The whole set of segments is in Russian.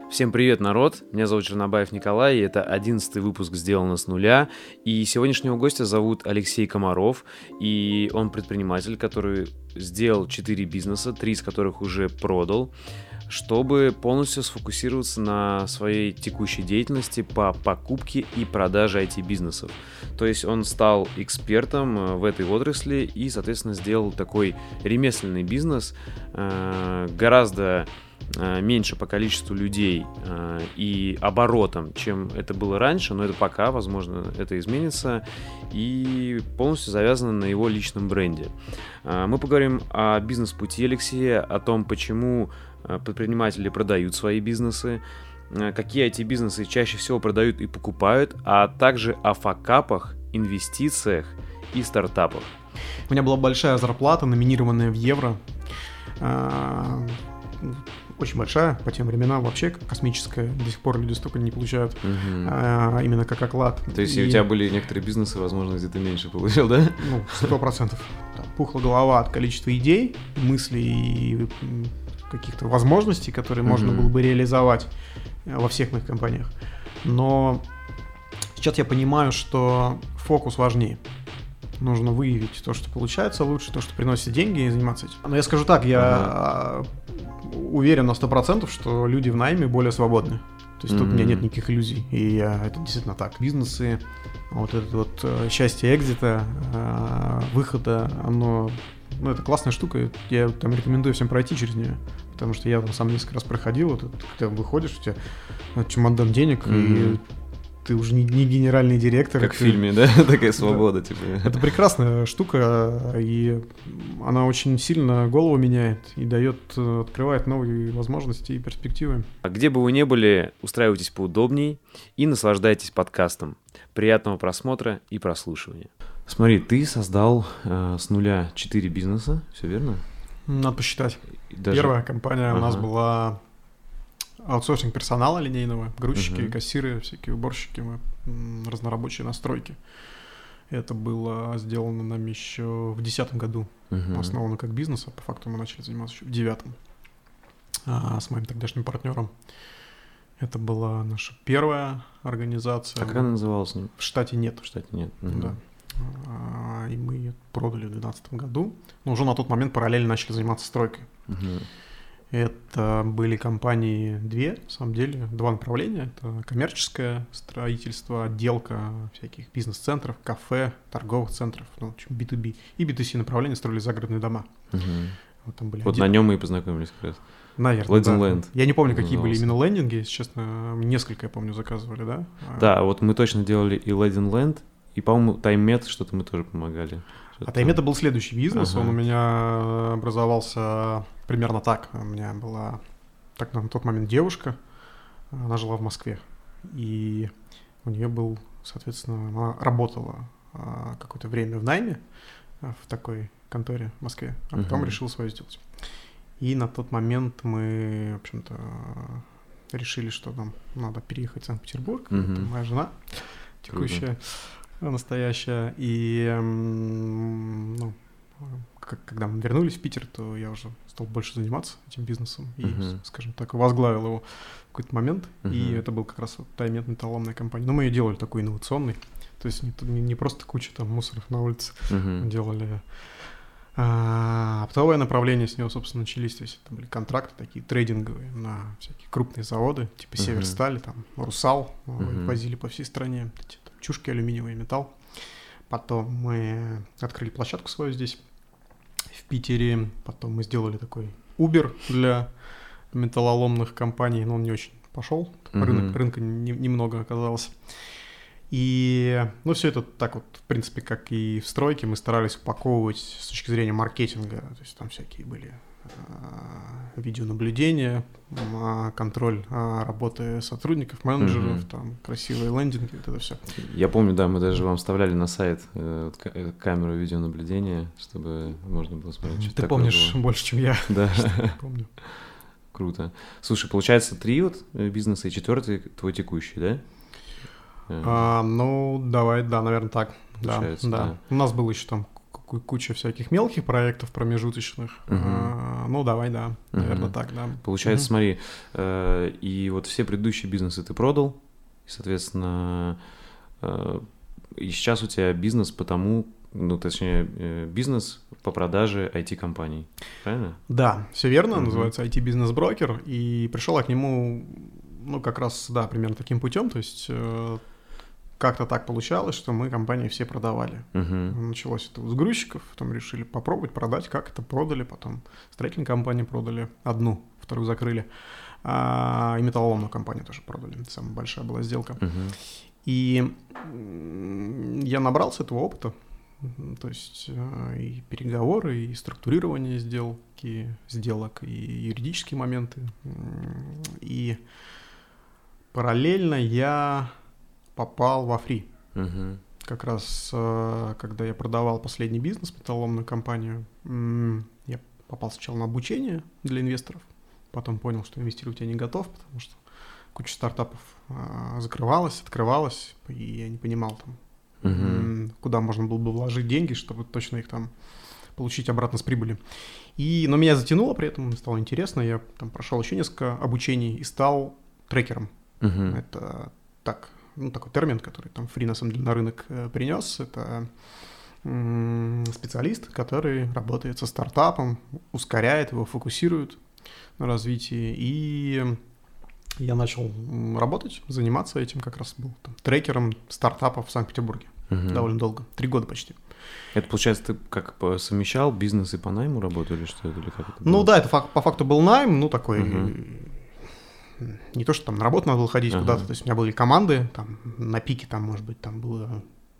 Всем привет, народ! Меня зовут Чернобаев Николай, и это 11-й выпуск «Сделано с нуля». И сегодняшнего гостя зовут Алексей Комаров, и он предприниматель, который сделал 4 бизнеса, 3 из которых уже продал, чтобы полностью сфокусироваться на своей текущей деятельности по покупке и продаже IT-бизнесов. То есть он стал экспертом в этой отрасли и, соответственно, сделал такой ремесленный бизнес, гораздо меньше по количеству людей и оборотам, чем это было раньше, но это пока, возможно, это изменится, и полностью завязано на его личном бренде. Мы поговорим о бизнес-пути Алексея, о том, почему предприниматели продают свои бизнесы, какие эти бизнесы чаще всего продают и покупают, а также о факапах, инвестициях и стартапах. У меня была большая зарплата, номинированная в евро. Очень большая, по тем временам вообще космическая. До сих пор люди столько не получают, именно как оклад. То есть у тебя были некоторые бизнесы, возможно, где ты меньше получил, да? 100%. Пухла голова от количества идей, мыслей и каких-то возможностей, которые можно было бы реализовать во всех моих компаниях. Но сейчас я понимаю, что фокус важнее. Нужно выявить то, что получается лучше, то, что приносит деньги, и заниматься этим. Но я скажу так, я уверен на 100%, что люди в найме более свободны. То есть тут у меня нет никаких иллюзий, и это действительно так. Бизнесы, вот это вот счастье экзита, выхода, оно, это классная штука, я там рекомендую всем пройти через нее, потому что я там сам несколько раз проходил, вот, когда выходишь, у тебя чемодан денег, и ты уже не генеральный директор. Как в фильме, да? Такая свобода. Да. Типа. Это прекрасная штука, и она очень сильно голову меняет и открывает новые возможности и перспективы. Где бы вы ни были, устраивайтесь поудобней и наслаждайтесь подкастом. Приятного просмотра и прослушивания. Смотри, ты создал с нуля 4 бизнеса, все верно? Надо посчитать. Первая компания у нас была... аутсорсинг персонала линейного, грузчики, кассиры, всякие уборщики, разнорабочие настройки. Это было сделано нами еще в 2010 году. Основано как бизнес, а по факту мы начали заниматься еще в 2009 с моим тогдашним партнером. Это была наша первая организация. А как она называлась? В штате нет. В штате нет. Да. И мы ее продали в 2012 году. Но уже на тот момент параллельно начали заниматься стройкой. Это были компании две, на самом деле, два направления. Это коммерческое строительство, отделка всяких бизнес-центров, кафе, торговых центров, B2B. И B2C направление, строили загородные дома. Вот, там были на нем мы и познакомились как раз. Наверное, Legend Land. Я не помню, какие были именно лендинги, если честно. Несколько, я помню, заказывали, да? Да, вот мы точно делали и Legend Land, и, по-моему, TimeMed что-то мы тоже помогали. А TimeMed был следующий бизнес, он у меня образовался примерно так. У меня была на тот момент девушка, она жила в Москве, и у нее был, соответственно, она работала какое-то время в найме в такой конторе в Москве, а потом решила свое сделать. И на тот момент мы, в общем-то, решили, что нам надо переехать в Санкт-Петербург. Это моя жена текущая. Настоящая. И когда мы вернулись в Питер, то я уже стал больше заниматься этим бизнесом и, скажем так, возглавил его в какой-то момент. И это был как раз TimeMed, металлоломная компания. Но мы ее делали такой инновационный. То есть не просто куча там мусоров на улице. Мы делали оптовое направление, с него, собственно, начались. То есть там были контракты такие трейдинговые на всякие крупные заводы, типа Северсталь, там Русал, возили по всей стране. Чушки, алюминиевый металл. Потом мы открыли площадку свою здесь, в Питере. Потом мы сделали такой Uber для металлоломных компаний, но он не очень пошел. Рынка немного оказалось. И, все это так вот, в принципе, как и в стройке, мы старались упаковывать с точки зрения маркетинга. То есть там всякие были видеонаблюдение, контроль работы сотрудников, менеджеров, там красивые лендинги, вот это все. Я помню, да, мы даже вам вставляли на сайт камеру видеонаблюдения, чтобы можно было смотреть. Ты помнишь больше, чем я. Да. Помню. Круто. Слушай, получается 3 вот бизнеса и 4 твой текущий, да? Давай, да, наверное, так. Да. У нас был еще там куча всяких мелких проектов промежуточных. Ну, давай, да, наверное, так, да. Получается, смотри, и вот все предыдущие бизнесы ты продал, и, соответственно, и сейчас у тебя бизнес бизнес по продаже IT-компаний, правильно? Да, все верно, называется IT-бизнес-брокер, и пришел я к нему, как раз, да, примерно таким путем, то есть как-то так получалось, что мы компании все продавали. Началось это с грузчиков, потом решили попробовать продать, как это продали, потом строительную компанию продали, одну, вторую закрыли, и металлоломную компанию тоже продали, это самая большая была сделка. И я набрался этого опыта, то есть и переговоры, и структурирование сделок, и юридические моменты. И параллельно я попал во фри. Как раз, когда я продавал последний бизнес, металлоломную компанию, я попал сначала на обучение для инвесторов, потом понял, что инвестировать я не готов, потому что куча стартапов закрывалась, открывалась, и я не понимал там, куда можно было бы вложить деньги, чтобы точно их там получить обратно с прибыли. Но меня затянуло при этом, стало интересно, я там прошел еще несколько обучений и стал трекером. Это такой термин, который там фри на самом деле на рынок принес. Это специалист, который работает со стартапом, ускоряет его, фокусирует на развитии. И я начал работать, заниматься этим, как раз был трекером стартапов в Санкт-Петербурге. Довольно долго, 3 года почти. Это, получается, ты как совмещал бизнес и по найму работу или что это? Или как это было? Ну да, это по факту был найм, такой... Не то, что там на работу надо было ходить куда-то, то есть у меня были команды, там на пике там, может быть, там было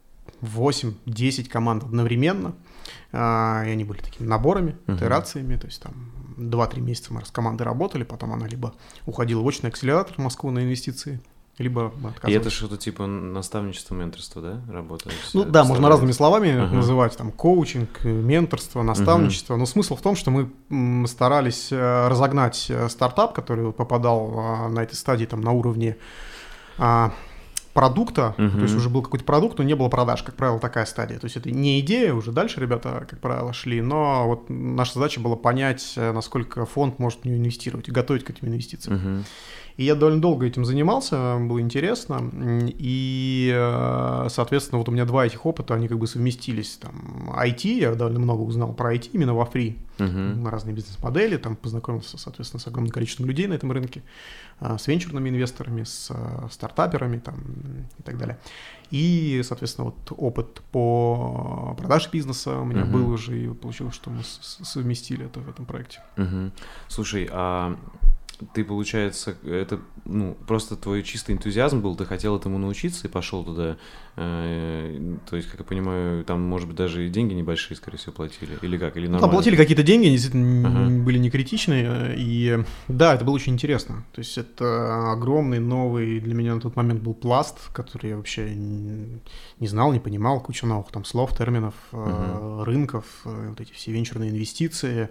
8-10 команд одновременно, и они были такими наборами, итерациями, то есть там 2-3 месяца мы с командой работали, потом она либо уходила в очный акселератор в Москву на инвестиции, либо мы отказывались. И это что-то типа наставничество, менторство, да, работает? Да, можно разными словами называть, там, коучинг, менторство, наставничество, но смысл в том, что мы старались разогнать стартап, который попадал на этой стадии там на уровне продукта, то есть уже был какой-то продукт, но не было продаж, как правило, такая стадия. То есть это не идея, уже дальше ребята, как правило, шли, но вот наша задача была понять, насколько фонд может в нее инвестировать и готовить к этим инвестициям. И я довольно долго этим занимался, было интересно, и, соответственно, вот у меня 2 этих опыта, они как бы совместились. Там IT, я довольно много узнал про IT именно во фри, разные бизнес-модели, там познакомился, соответственно, с огромным количеством людей на этом рынке, с венчурными инвесторами, с стартаперами там, и так далее. И, соответственно, вот опыт по продаже бизнеса у меня был уже, и получилось, что мы совместили это в этом проекте. Слушай, ты, получается, это просто твой чистый энтузиазм был, ты хотел этому научиться и пошел туда, то есть, как я понимаю, там, может быть, даже и деньги небольшие, скорее всего, платили, или как, или нормально? Там платили какие-то деньги, действительно, были не критичные, и да, это было очень интересно, то есть это огромный, новый для меня на тот момент был пласт, который я вообще не знал, не понимал, куча новых там слов, терминов, рынков, вот эти все венчурные инвестиции,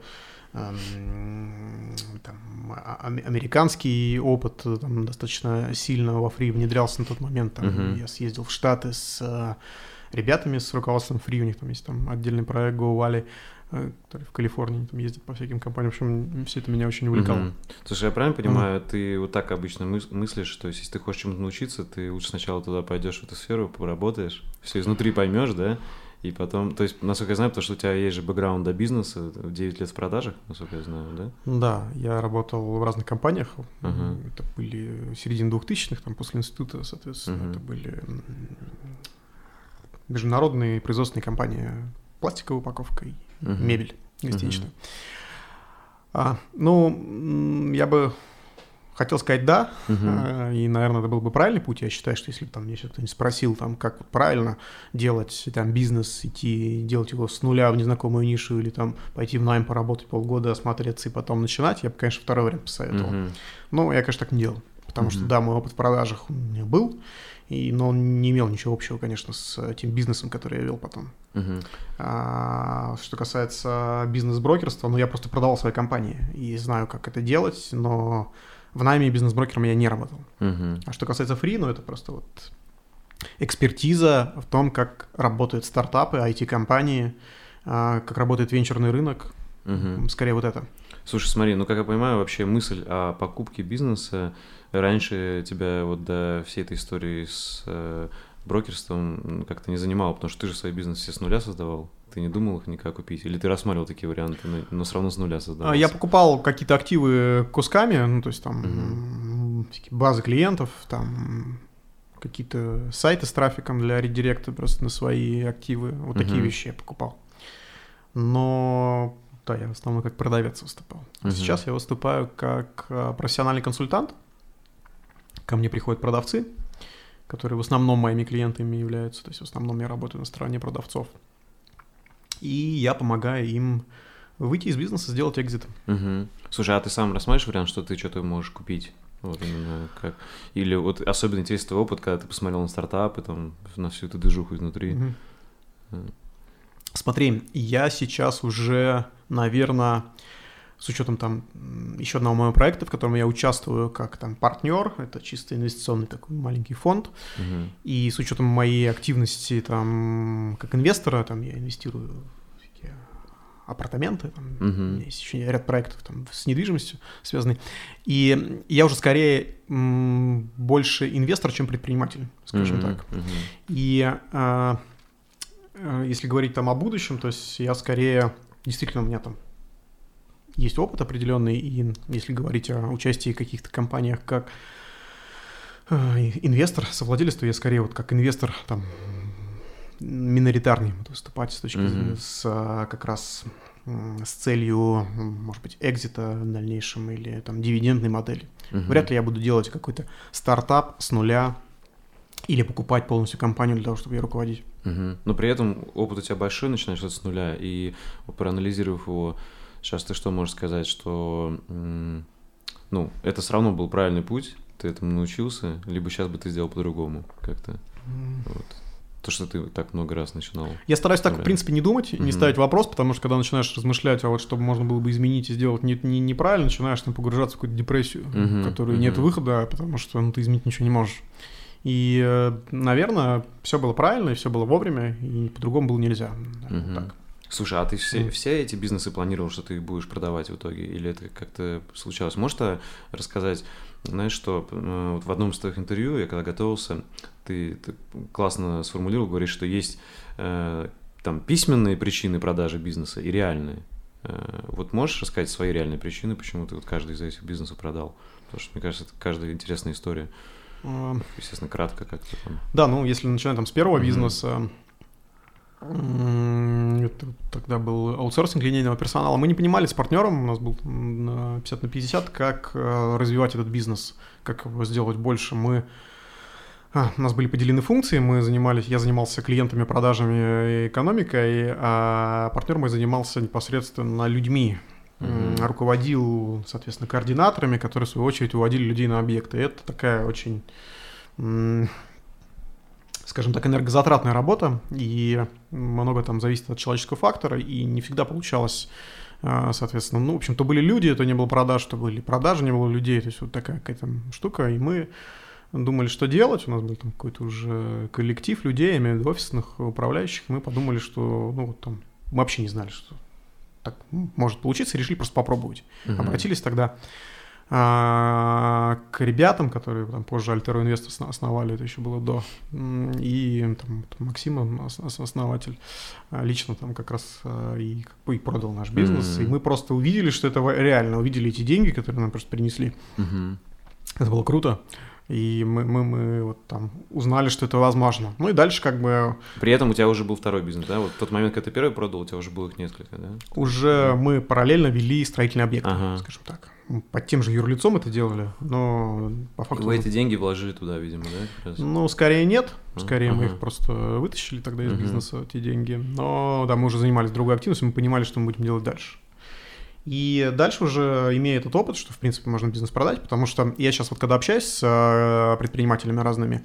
там, американский опыт там, достаточно сильно во фри внедрялся на тот момент. Там, я съездил в Штаты с ребятами, с руководством фри, у них там есть там отдельный проект Go Valley, который в Калифорнии там ездит по всяким компаниям. В общем, все это меня очень увлекало. Слушай, я правильно понимаю, ты вот так обычно мыслишь, что если ты хочешь чему-то научиться, ты лучше сначала туда пойдешь в эту сферу, поработаешь, все изнутри поймешь, да? И потом, то есть, насколько я знаю, потому что у тебя есть же бэкграунд до бизнеса, 9 лет в продажах, насколько я знаю, да? Да, я работал в разных компаниях, это были середины 2000-х, там, после института, соответственно, это были международные производственные компании, пластиковая упаковка и мебель гостиничная. Я бы хотел сказать «да», и, наверное, это был бы правильный путь. Я считаю, что если бы там меня кто-нибудь спросил, там, как вот правильно делать там, бизнес, идти делать его с нуля в незнакомую нишу или там пойти в найм, поработать полгода, осмотреться и потом начинать, я бы, конечно, второй вариант посоветовал. Но я, конечно, так не делал, потому что, да, мой опыт в продажах у меня был, но он не имел ничего общего, конечно, с тем бизнесом, который я вел потом. Что касается бизнес-брокерства, я просто продавал свои компании и знаю, как это делать, но в найме бизнес-брокером я не работал. А что касается фри, это просто вот экспертиза в том, как работают стартапы, IT-компании, как работает венчурный рынок, скорее вот это. Слушай, смотри, ну, как я понимаю, вообще мысль о покупке бизнеса раньше тебя вот до всей этой истории с брокерством как-то не занимала, потому что ты же свой бизнес все с нуля создавал. Ты не думал их никак купить? Или ты рассматривал такие варианты, но все равно с нуля создавал? Я покупал какие-то активы кусками, ну, то есть там базы клиентов, там какие-то сайты с трафиком для редиректа просто на свои активы. Вот такие вещи я покупал. Но... Да, я в основном как продавец выступал. Сейчас я выступаю как профессиональный консультант. Ко мне приходят продавцы, которые в основном моими клиентами являются. То есть в основном я работаю на стороне продавцов. И я помогаю им выйти из бизнеса, сделать экзит. Слушай, а ты сам рассматриваешь вариант, что ты что-то можешь купить? Вот именно как... Или вот особенно интересный твой опыт, когда ты посмотрел на стартапы, там, на всю эту движуху изнутри. Смотри, я сейчас уже, наверное, с учетом там еще одного моего проекта, в котором я участвую как там партнер, это чисто инвестиционный такой маленький фонд, и с учетом моей активности там как инвестора, там я инвестирую в всякие апартаменты, там, у меня есть еще ряд проектов там с недвижимостью связанных, и я уже скорее больше инвестор, чем предприниматель, скажем так. И если говорить там о будущем, то есть я скорее, действительно, у меня там есть опыт определенный, и если говорить о участии в каких-то компаниях как инвестор, совладелец, то я скорее вот как инвестор там миноритарный буду выступать с точки зрения, как раз с целью, может быть, экзита в дальнейшем или там дивидендной модели. Вряд ли я буду делать какой-то стартап с нуля, или покупать полностью компанию для того, чтобы ее руководить. Но при этом опыт у тебя большой, начинаешь с нуля, и проанализировав его, сейчас ты что можешь сказать, что ну, это все равно был правильный путь, ты этому научился, либо сейчас бы ты сделал по-другому как-то? Вот. То, что ты так много раз начинал. Я стараюсь так, в принципе, не думать, не ставить вопрос, потому что когда начинаешь размышлять, а вот чтобы можно было бы изменить и сделать неправильно, начинаешь там погружаться в какую-то депрессию, в которой нет выхода, потому что ты изменить ничего не можешь. И, наверное, все было правильно, и все было вовремя, и по-другому было нельзя. Так. Слушай, а ты все эти бизнесы планировал, что ты их будешь продавать в итоге? Или это как-то случалось? Можешь рассказать, знаешь, что вот в одном из твоих интервью, я когда готовился, ты классно сформулировал, говоришь, что есть там письменные причины продажи бизнеса и реальные. Вот можешь рассказать свои реальные причины, почему ты вот каждый из этих бизнесов продал? Потому что, мне кажется, это каждая интересная история. Естественно, кратко как-то там. Да, ну, если начинать там с первого бизнеса, это тогда был аутсорсинг линейного персонала. Мы не понимали с партнером, у нас был 50/50, как развивать этот бизнес, как его сделать больше. У нас были поделены функции, я занимался клиентами, продажами и экономикой, а партнер мой занимался непосредственно людьми. Руководил, соответственно, координаторами, которые, в свою очередь, выводили людей на объекты. И это такая очень, скажем так, энергозатратная работа, и много там зависит от человеческого фактора, и не всегда получалось, соответственно. Ну, в общем, то были люди, то не было продаж, то были продажи, не было людей. То есть вот такая какая-то штука, и мы думали, что делать. У нас был там какой-то уже коллектив людей, я имею в виду офисных управляющих. Мы подумали, что, ну, вот там, мы вообще не знали, что так может получиться, решили просто попробовать. Обратились тогда к ребятам, которые там позже Альтеро Инвест основали, это еще было до, и там Максим, основатель, лично там как раз и продал наш бизнес, и мы просто увидели, что это реально, увидели эти деньги, которые нам просто принесли. Это было круто. И мы вот там узнали, что это возможно. Ну и дальше как бы... При этом у тебя уже был второй бизнес, да? Вот в тот момент, когда ты первый продал, у тебя уже было их несколько, да? Уже мы параллельно вели строительный объект, скажем так. Под тем же юрлицом это делали, но по факту... И вы эти деньги вложили туда, видимо, да? Ну, скорее нет. Скорее мы их просто вытащили тогда из бизнеса, эти деньги. Но да, мы уже занимались другой активностью, мы понимали, что мы будем делать дальше. И дальше уже, имея этот опыт, что, в принципе, можно бизнес продать, потому что я сейчас вот когда общаюсь с предпринимателями разными,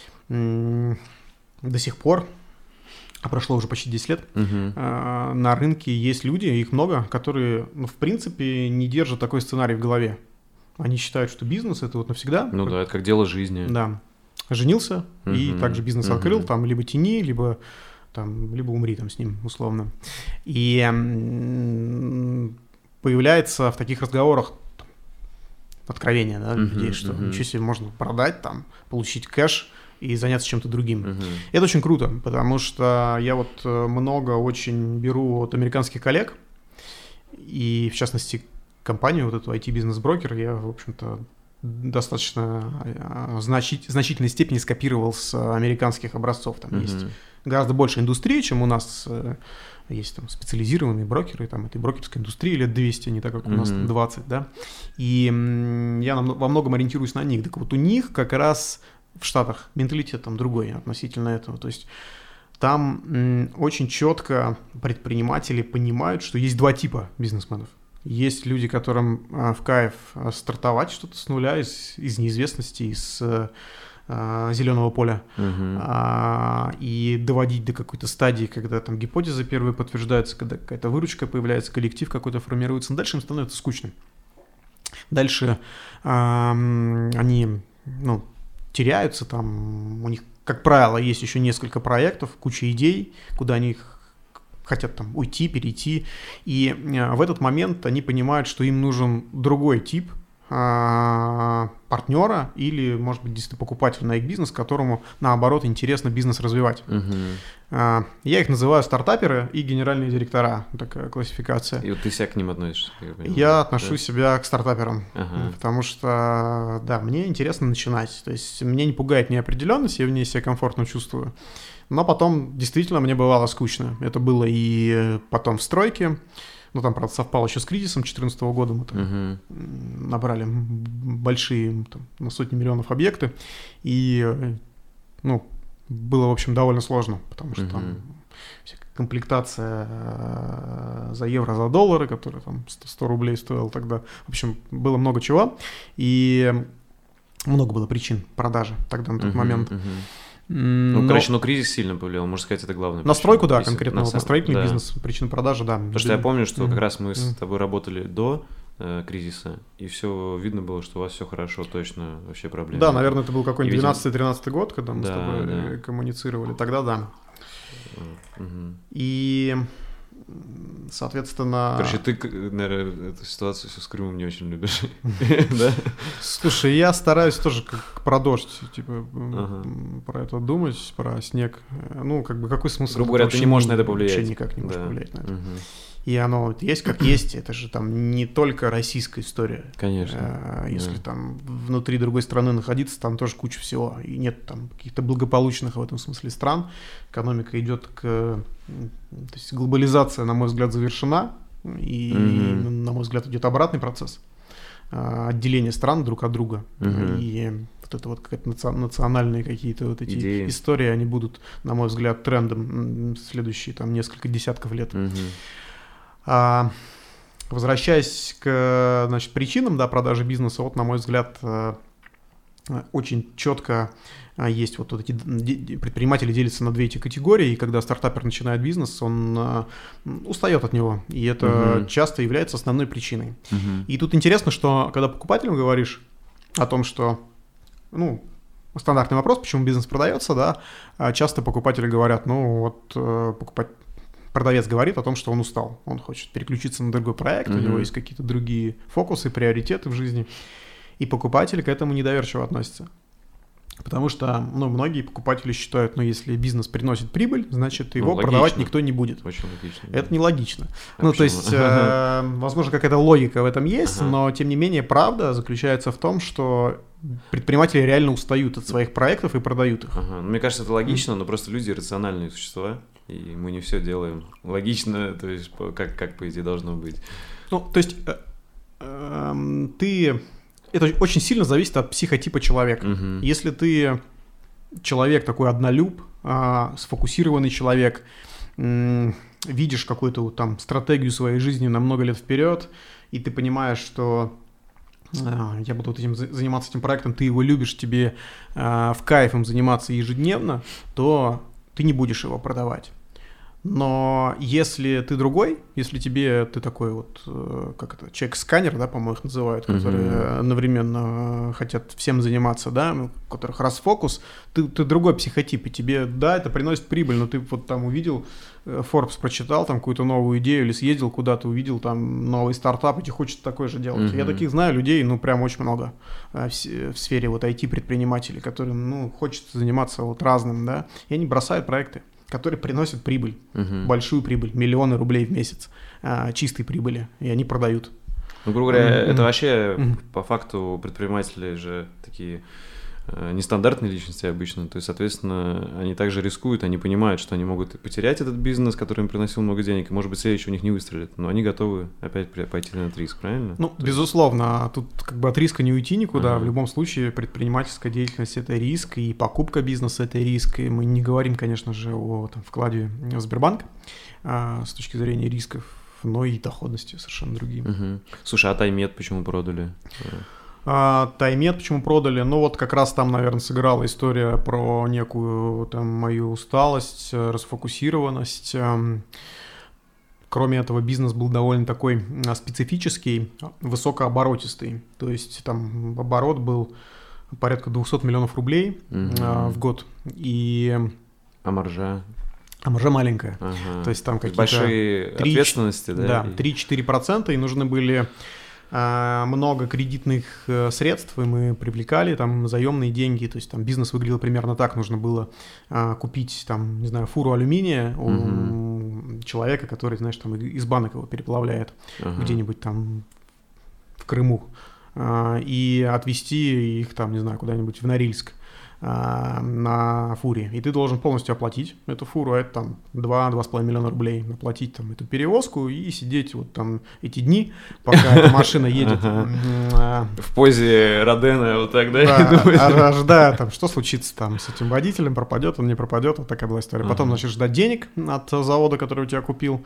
до сих пор, а прошло уже почти 10 лет, на рынке есть люди, их много, которые, ну, в принципе, не держат такой сценарий в голове. Они считают, что бизнес – это вот навсегда. Ну да, это как дело жизни. Да. Женился и также бизнес открыл, там либо тяни, либо там, либо умри там с ним, условно. И появляется в таких разговорах откровение, да, людей, что ничего себе можно продать, там, получить кэш и заняться чем-то другим. Это очень круто, потому что я вот много очень беру от американских коллег, и в частности компанию, вот эту IT-бизнес-брокер, я, в общем-то, достаточно значительной степени скопировал с американских образцов. Там есть гораздо больше индустрии, чем у нас. Есть там специализированные брокеры, там этой брокерской индустрии лет 200, не так, как у нас 20, да. И я во многом ориентируюсь на них. Так вот у них как раз в Штатах менталитет там другой относительно этого. То есть там очень четко предприниматели понимают, что есть два типа бизнесменов. Есть люди, которым в кайф стартовать что-то с нуля, из неизвестности, из зеленого поля, и доводить до какой-то стадии, когда там гипотезы первые подтверждаются, когда какая-то выручка появляется, коллектив какой-то формируется, но дальше им становится скучно. Дальше они теряются, там у них, как правило, есть еще несколько проектов, куча идей, куда они хотят там уйти, перейти, и в этот момент они понимают, что им нужен другой тип партнера или, может быть, действительно покупатель на их бизнес, которому, наоборот, интересно бизнес развивать. Я их называю стартаперы и генеральные директора, такая классификация. И вот ты себя к ним относишься? Я отношу себя к стартаперам, потому что, да, мне интересно начинать. То есть меня не пугает неопределенность, я в ней себя комфортно чувствую. Но потом действительно мне бывало скучно. Это было и потом в стройке. Ну, там, правда, совпало еще с кризисом 2014 года. Мы там набрали большие, там, на сотни миллионов объекты. И, было, в общем, довольно сложно, потому что там комплектация за евро, за доллары, которая там 100 рублей стоила тогда. В общем, было много чего. И много было причин продажи тогда на тот момент. Кризис сильно повлиял, можно сказать, это главное. На стройку, да, конкретно, на строительный бизнес, причина продажи, да. Потому что я помню, что как раз мы с тобой работали до кризиса, и все видно было, что у вас все хорошо, точно, вообще проблем. Да, наверное, это был какой-нибудь 12-13 год, когда мы с тобой коммуницировали, тогда да. И, соответственно... Короче, ты, наверное, эту ситуацию с Крымом не очень любишь, да? Слушай, я стараюсь тоже как про дождь, типа, про это думать, про снег. Ну, как бы, какой смысл? Грубо говоря, ты не можешь на это повлиять. Вообще никак не можешь повлиять на это. И оно есть как есть, это же там не только российская история. Конечно. Если там внутри другой страны находиться, там тоже куча всего. И нет там каких-то благополучных в этом смысле стран. Экономика идет То есть глобализация, на мой взгляд, завершена. И, на мой взгляд, идет обратный процесс. Отделение стран друг от друга. И вот это вот какие-то национальные какие-то вот эти идеи, истории, они будут, на мой взгляд, трендом следующие там несколько десятков лет. Возвращаясь к, значит, причинам, да, продажи бизнеса, вот, на мой взгляд, очень четко есть вот эти предприниматели делятся на две эти категории, и когда стартапер начинает бизнес, он устает от него, и это часто является основной причиной. И тут интересно, что когда покупателям говоришь о том, что, стандартный вопрос, почему бизнес продается, да, часто покупатели говорят, продавец говорит о том, что он устал, он хочет переключиться на другой проект, у него есть какие-то другие фокусы, приоритеты в жизни, и покупатели к этому недоверчиво относятся. Потому что, многие покупатели считают, если бизнес приносит прибыль, значит, его продавать никто не будет. Очень логично. Это нелогично. То есть, возможно, какая-то логика в этом есть, но, тем не менее, правда заключается в том, что предприниматели реально устают от своих проектов и продают их. Мне кажется, это логично, но просто люди рациональные существа, и мы не все делаем логично, то есть, как по идее, должно быть. То есть, это очень сильно зависит от психотипа человека. Если ты человек такой однолюб, сфокусированный человек, видишь какую-то там стратегию своей жизни на много лет вперед, и ты понимаешь, что я буду заниматься этим проектом, ты его любишь, тебе в кайф им заниматься ежедневно, то ты не будешь его продавать. Но если ты другой, если ты такой вот, как это, человек-сканер, да, по-моему, их называют, которые одновременно хотят всем заниматься, да, у которых расфокус, ты другой психотип, и тебе, да, это приносит прибыль, но ты вот там увидел, Forbes прочитал там какую-то новую идею или съездил куда-то, увидел там новый стартап, и тебе хочется такое же делать. Я таких знаю людей, ну, прям очень много в сфере вот IT-предпринимателей, которым, ну, хочется заниматься вот разным, да, и они бросают проекты, которые приносят прибыль, большую прибыль, миллионы рублей в месяц чистой прибыли, и они продают. Ну, грубо говоря, это вообще по факту предприниматели же такие нестандартные личности обычно, то есть, соответственно, они также рискуют, они понимают, что они могут потерять этот бизнес, который им приносил много денег, и, может быть, следующий у них не выстрелит, но они готовы опять пойти на этот риск, правильно? Ну, безусловно, тут как бы от риска не уйти никуда, в любом случае предпринимательская деятельность – это риск, и покупка бизнеса – это риск, и мы не говорим, конечно же, о там, вкладе в Сбербанк с точки зрения рисков, но и доходности совершенно другие. Слушай, а Таймед почему продали? Таймед почему продали? Ну вот как раз там, наверное, сыграла история про некую там мою усталость, расфокусированность. Кроме этого, бизнес был довольно такой специфический, высокооборотистый. То есть там оборот был порядка 200 миллионов рублей в год. А маржа? А маржа маленькая. То есть там какие-то... Большие ответственности, да? Да, 3-4%, и нужны были... много кредитных средств, и мы привлекали там заемные деньги, то есть там бизнес выглядел примерно так, нужно было купить там, не знаю, фуру алюминия у человека, который, знаешь, там из банок его переплавляет где-нибудь там в Крыму, и отвезти их там, не знаю, куда-нибудь в Норильск на фуре, и ты должен полностью оплатить эту фуру, это там 2-2,5 миллиона рублей, оплатить там эту перевозку и сидеть вот там эти дни, пока эта машина едет. В позе Родена вот так, да? Да, ожидая там, что случится там с этим водителем, пропадет он, не пропадет, вот такая была история. Потом, значит, ждать денег от завода, который у тебя купил.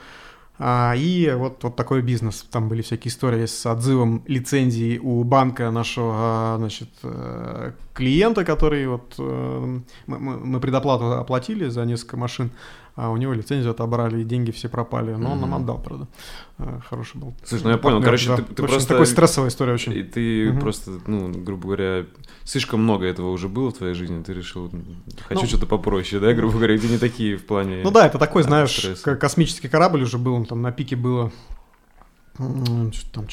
И вот такой бизнес. Там были всякие истории с отзывом лицензии у банка нашего, значит, клиента, который вот мы предоплату оплатили за несколько машин, а у него лицензию отобрали, и деньги все пропали. Но он нам отдал, правда. Хороший был. Слушай, ну я понял, короче, да. ты просто... такая стрессовая история очень. И ты просто, ну, грубо говоря, слишком много этого уже было в твоей жизни, ты решил, хочу что-то попроще, да, грубо говоря, где не такие в плане... Ну да, это такой, знаешь, стресса. Космический корабль уже был, там на пике было... там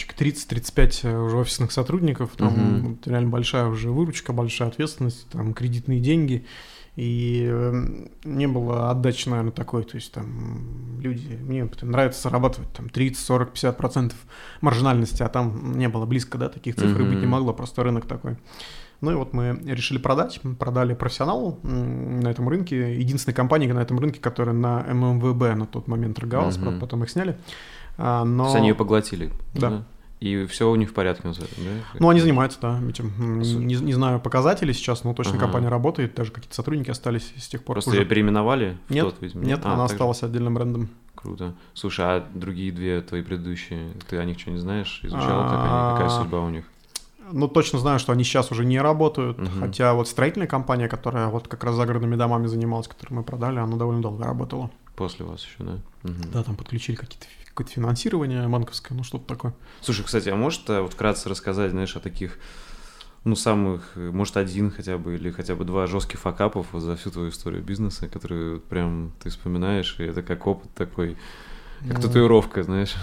30-35 уже офисных сотрудников, там реально большая уже выручка, большая ответственность, там кредитные деньги, и не было отдачи, наверное, такой, то есть там люди, мне нравится зарабатывать там 30, 40, 50% маржинальности, а там не было близко, да, таких цифр быть не могло, просто рынок такой. Ну и вот мы решили продать, продали профессионалу на этом рынке, единственной компании на этом рынке, которая на ММВБ на тот момент торговалась, правда, потом их сняли. Но... То есть они ее поглотили? Да. И все у них в порядке, да? Ну, они занимаются, да, этим. Не знаю показателей сейчас, но точно компания работает, даже какие-то сотрудники остались с тех пор. Просто ее переименовали? Нет, она осталась отдельным брендом. Круто. Слушай, а другие две твои предыдущие, ты о них что, не знаешь? Изучал, какая судьба у них? Ну, точно знаю, что они сейчас уже не работают, хотя вот строительная компания, которая вот как раз загородными домами занималась, которую мы продали, она довольно долго работала. После вас еще, да? Да, там подключили какое-то финансирование банковское, ну что-то такое. Слушай, кстати, а можешь вот вкратце рассказать, знаешь, о таких, ну, самых, может, один хотя бы или хотя бы два жестких факапов вот за всю твою историю бизнеса, которые вот прям ты вспоминаешь, и это как опыт такой, как татуировка, знаешь?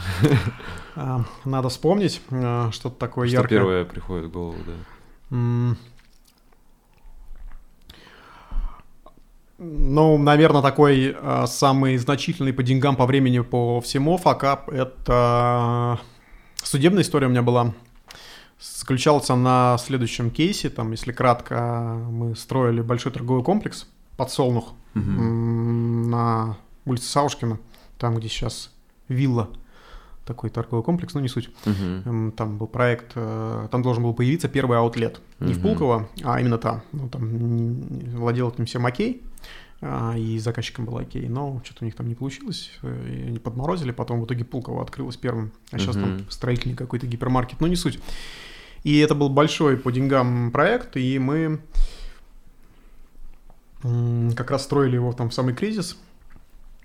Надо вспомнить что-то такое яркое. Что первое приходит в голову, да. Ну, наверное, такой самый значительный по деньгам, по времени, по всему факап – это судебная история у меня была. Заключалась она в следующем кейсе. Там, если кратко, мы строили большой торговый комплекс «Подсолнух» на улице Саушкина, там, где сейчас вилла. Такой торговый комплекс, но не суть. Там был проект, там должен был появиться первый аутлет. Не в Пулково, а именно там. Ну, там владел этим всем Окей, и заказчиком был Окей, но что-то у них там не получилось, и они подморозили, потом в итоге Пулково открылось первым, а сейчас там строительный какой-то гипермаркет, но не суть. И это был большой по деньгам проект, и мы как раз строили его там в самый кризис.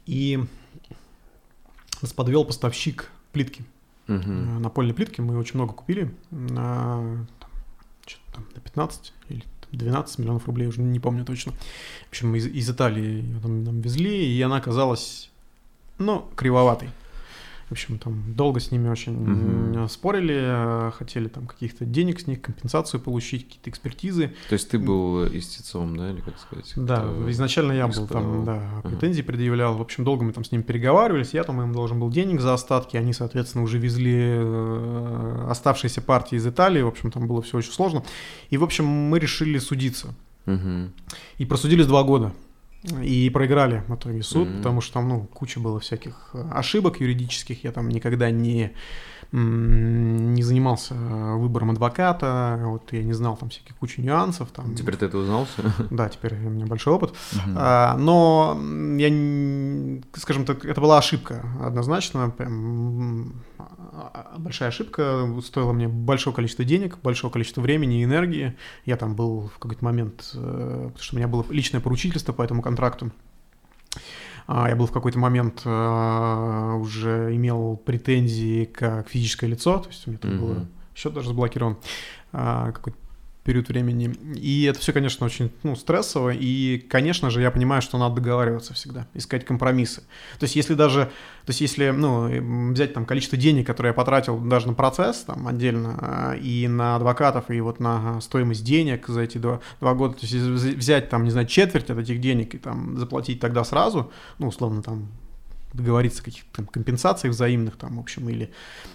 И нас подвел поставщик плитки. Напольной плитки мы очень много купили на 15 или 12 миллионов рублей, уже не помню точно. В общем, из Италии ее нам везли, и она оказалась, кривоватой. В общем, там долго с ними очень спорили, хотели там каких-то денег с них, компенсацию получить, какие-то экспертизы. То есть ты был истцом, да, или как сказать? Да, изначально я был там, претензии предъявлял. В общем, долго мы там с ними переговаривались, я там им должен был денег за остатки, они, соответственно, уже везли оставшиеся партии из Италии, в общем, там было все очень сложно. И, в общем, мы решили судиться. И просудились 2 года. И проиграли в итоге суд, потому что там, куча было всяких ошибок юридических. Я там никогда не занимался выбором адвоката, вот я не знал там всяких кучу нюансов. Там. Теперь ты это узнал все? Да, теперь у меня большой опыт. Но скажем так, это была ошибка однозначно, прям большая ошибка, стоила мне большое количество денег, большое количество времени и энергии. Я там был в какой-то момент, потому что у меня было личное поручительство по этому контракту. Я был в какой-то момент уже имел претензии как физическое лицо, то есть у меня там было счет даже заблокирован какой-то период времени. И это все, конечно, очень стрессово. И, конечно же, я понимаю, что надо договариваться всегда, искать компромиссы. То есть, если взять там количество денег, которые я потратил даже на процесс там отдельно, и на адвокатов, и вот на стоимость денег за эти 2 года, то есть взять там, не знаю, четверть от этих денег и там заплатить тогда сразу, условно там договориться о каких-то там компенсациях взаимных, там, в общем, или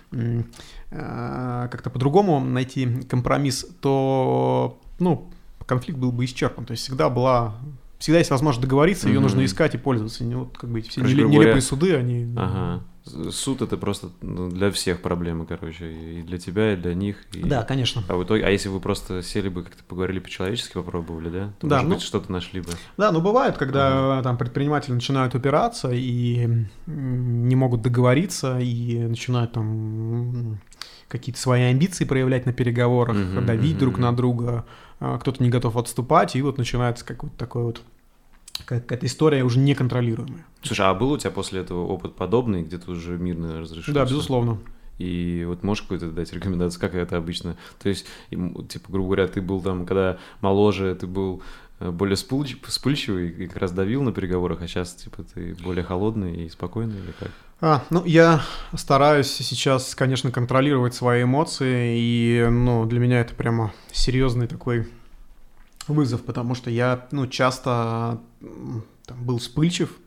как-то по-другому найти компромисс, то, конфликт был бы исчерпан. То есть всегда есть возможность договориться, ее нужно искать и пользоваться. Все нелепые суды, они... Суд — это просто для всех проблемы, и для тебя, и для них. Да, конечно. А в итоге, если вы просто сели бы, как-то поговорили по-человечески, попробовали, да? То, может быть, что-то нашли бы. Да, бывает, когда там предприниматели начинают упираться и не могут договориться, и начинают там какие-то свои амбиции проявлять на переговорах, давить друг на друга, кто-то не готов отступать, и вот начинается какой-то такой вот какая-то история уже неконтролируемая. Слушай, а был у тебя после этого опыт подобный, где ты уже мирно разрешился? Да, безусловно. И вот можешь какую-то дать рекомендацию, как это обычно? То есть, типа, грубо говоря, ты был там, когда моложе, ты был более вспыльчивый и как раз давил на переговорах, а сейчас, типа, ты более холодный и спокойный или как? Я стараюсь сейчас, конечно, контролировать свои эмоции, и, для меня это прямо серьезный такой вызов, потому что я, часто там, был вспыльчив,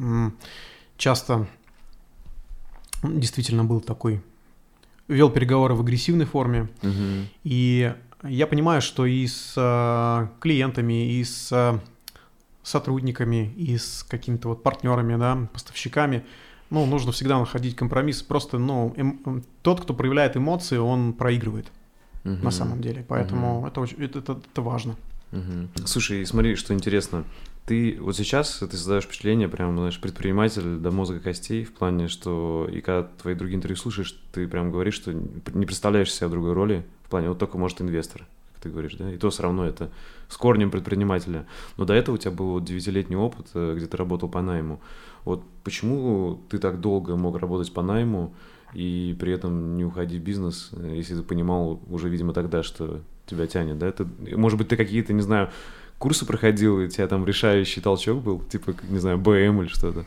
часто действительно был такой, вел переговоры в агрессивной форме, и я понимаю, что и с клиентами, и с сотрудниками, и с какими-то вот партнерами, да, поставщиками, нужно всегда находить компромисс, просто, тот, кто проявляет эмоции, он проигрывает на самом деле, поэтому это важно. Слушай, смотри, что интересно. Ты вот сейчас, ты создаешь впечатление, прям, знаешь, предприниматель до мозга костей, в плане, что и когда твои другие интервью слушаешь, ты прям говоришь, что не представляешь себя в другой роли, в плане, вот только, может, инвестор, как ты говоришь, да, и то все равно это с корнем предпринимателя. Но до этого у тебя был вот 9-летний опыт, где ты работал по найму. Вот почему ты так долго мог работать по найму и при этом не уходить в бизнес, если ты понимал уже, видимо, тогда, что тебя тянет, да? Это, может быть, ты какие-то, не знаю, курсы проходил, и у тебя там решающий толчок был, типа, не знаю, БМ или что-то?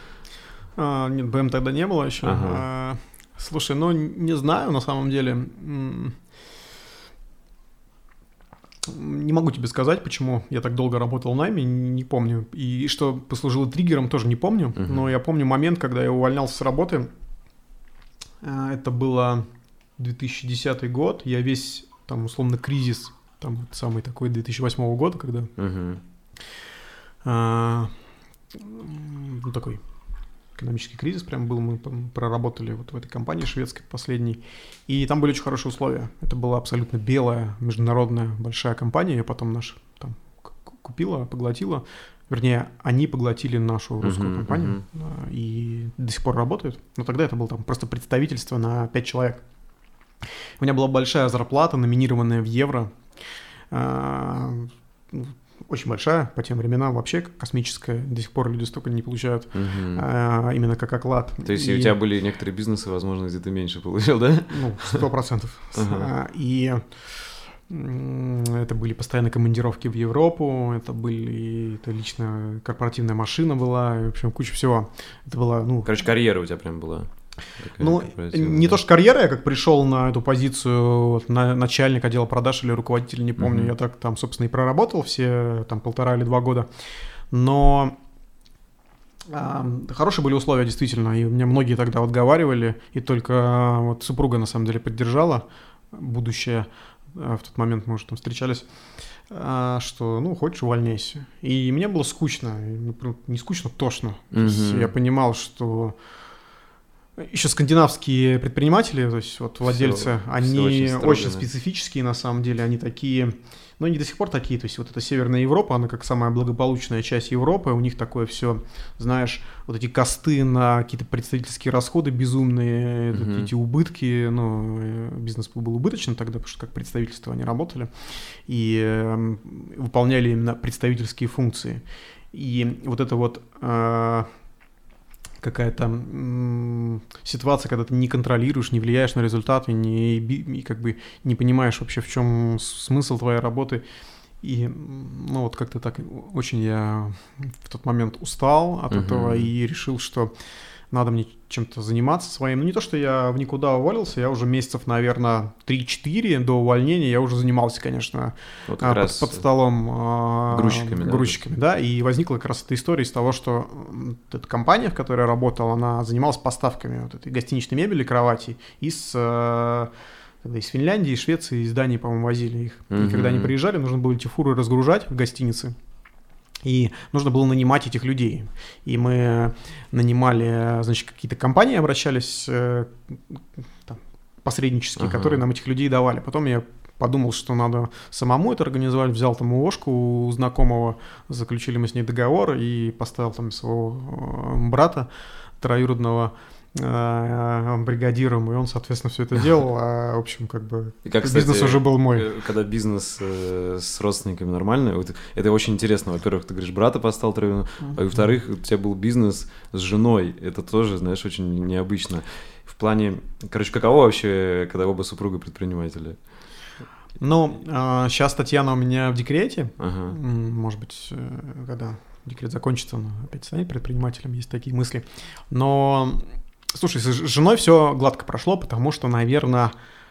Нет, БМ тогда не было еще. Слушай, не знаю, на самом деле. Не могу тебе сказать, почему я так долго работал в найме, не помню. И что послужило триггером, тоже не помню. Но я помню момент, когда я увольнялся с работы. Это было 2010 год. Я весь, там, условно, кризис, там, самый такой 2008 года, когда... такой экономический кризис прям был. Мы проработали вот в этой компании шведской последней. И там были очень хорошие условия. Это была абсолютно белая, международная, большая компания. Я потом там купила, поглотила. Вернее, они поглотили нашу русскую компанию и до сих пор работают. Но тогда это было там просто представительство на 5 человек. У меня была большая зарплата, номинированная в евро. очень большая, по тем временам вообще космическая, до сих пор люди столько не получают, именно как оклад. То есть у тебя были некоторые бизнесы, возможно, где ты меньше получил, да? Ну, 100%. И это были постоянные командировки в Европу, это лично корпоративная машина была, в общем, куча всего. Это была, короче, карьера у тебя прям была. Не то что карьера, я как пришел на эту позицию начальник отдела продаж или руководитель, не помню, я так там, собственно, и проработал все там 1,5 или 2 года, но хорошие были условия, действительно, и меня многие тогда отговаривали, и только вот супруга, на самом деле, поддержала будущее, в тот момент мы уже там встречались, что, хочешь, увольняйся. И мне было скучно, не скучно, тошно. То есть я понимал, что еще скандинавские предприниматели, то есть вот владельцы, они очень специфические на самом деле, они такие, но они до сих пор такие, то есть вот эта Северная Европа, она как самая благополучная часть Европы, у них такое все, знаешь, вот эти косты на какие-то представительские расходы безумные, эти убытки, бизнес был убыточен тогда, потому что как представительство они работали и выполняли именно представительские функции. И вот это вот какая-то ситуация, когда ты не контролируешь, не влияешь на результат и как бы не понимаешь вообще, в чем смысл твоей работы. И, вот как-то так очень я в тот момент устал от этого и решил, что надо мне чем-то заниматься своим. Не то, что я в никуда уволился, я уже месяцев, наверное, 3-4 до увольнения я уже занимался, конечно, вот под столом грузчиками, да, и возникла как раз эта история из того, что эта компания, в которой я работал, она занималась поставками вот этой гостиничной мебели, кроватей из Финляндии, Швеции, из Дании, по-моему, возили их. И когда они приезжали, нужно было эти фуры разгружать в гостинице. И нужно было нанимать этих людей. И мы нанимали, значит, какие-то компании, обращались посреднические, которые нам этих людей давали. Потом я подумал, что надо самому это организовать, взял там УОшку у знакомого, заключили мы с ней договор и поставил там своего брата троюродного бригадиром, и он, соответственно, все это делал, в общем, как бы бизнес уже был мой. Когда бизнес с родственниками нормально, это очень интересно. Во-первых, ты говоришь, брата поставил троюродного, а во-вторых, у тебя был бизнес с женой. Это тоже, знаешь, очень необычно. В плане, каково вообще, когда оба супруга предприниматели? Сейчас Татьяна у меня в декрете. Может быть, когда декрет закончится, она опять станет предпринимателем, есть такие мысли. Но слушай, с женой все гладко прошло, потому что, наверное,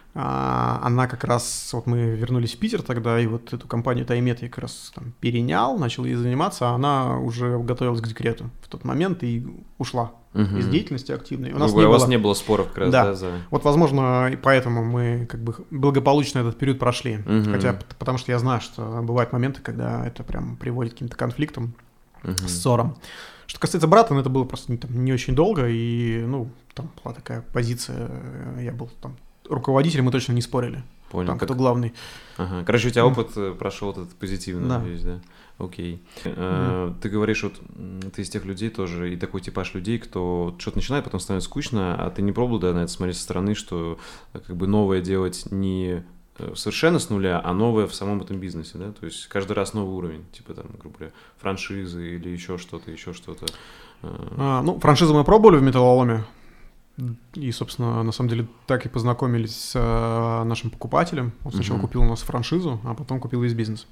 она как раз, вот мы вернулись в Питер тогда, и вот эту компанию Таймет я как раз там перенял, начал ей заниматься, а она уже готовилась к декрету в тот момент и ушла из деятельности активной. У вас не было споров как раз, да? Вот, возможно, и поэтому мы как бы благополучно этот период прошли, хотя, потому что я знаю, что бывают моменты, когда это прям приводит к каким-то конфликтам, ссорам. Что касается брата, это было просто не очень долго, и, там была такая позиция, я был там руководителем, мы точно не спорили. Понял. Там кто главный. Короче, у тебя опыт прошел этот позитивный, надеюсь, да? Окей. Ты говоришь, вот ты из тех людей тоже, и такой типаж людей, кто что-то начинает, потом становится скучно, а ты не пробовал, на это смотреть со стороны, что как бы новое делать не совершенно с нуля, а новое в самом этом бизнесе, да, то есть каждый раз новый уровень, типа там, грубо говоря, франшизы или еще что-то. Франшизу мы пробовали в металлоломе, и, собственно, на самом деле так и познакомились с нашим покупателем. Он сначала купил у нас франшизу, а потом купил весь бизнес.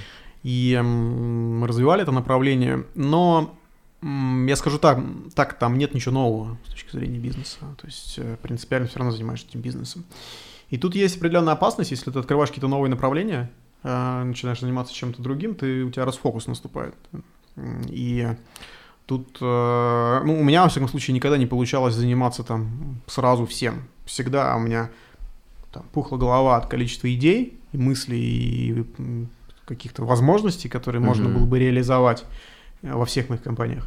И мы развивали это направление, но я скажу так, там нет ничего нового с точки зрения бизнеса, то есть принципиально все равно занимаешься этим бизнесом. И тут есть определенная опасность, если ты открываешь какие-то новые направления, начинаешь заниматься чем-то другим, у тебя расфокус наступает. И тут у меня, во всяком случае, никогда не получалось заниматься там сразу всем. Всегда у меня там пухла голова от количества идей, и мыслей, и каких-то возможностей, которые можно было бы реализовать во всех моих компаниях.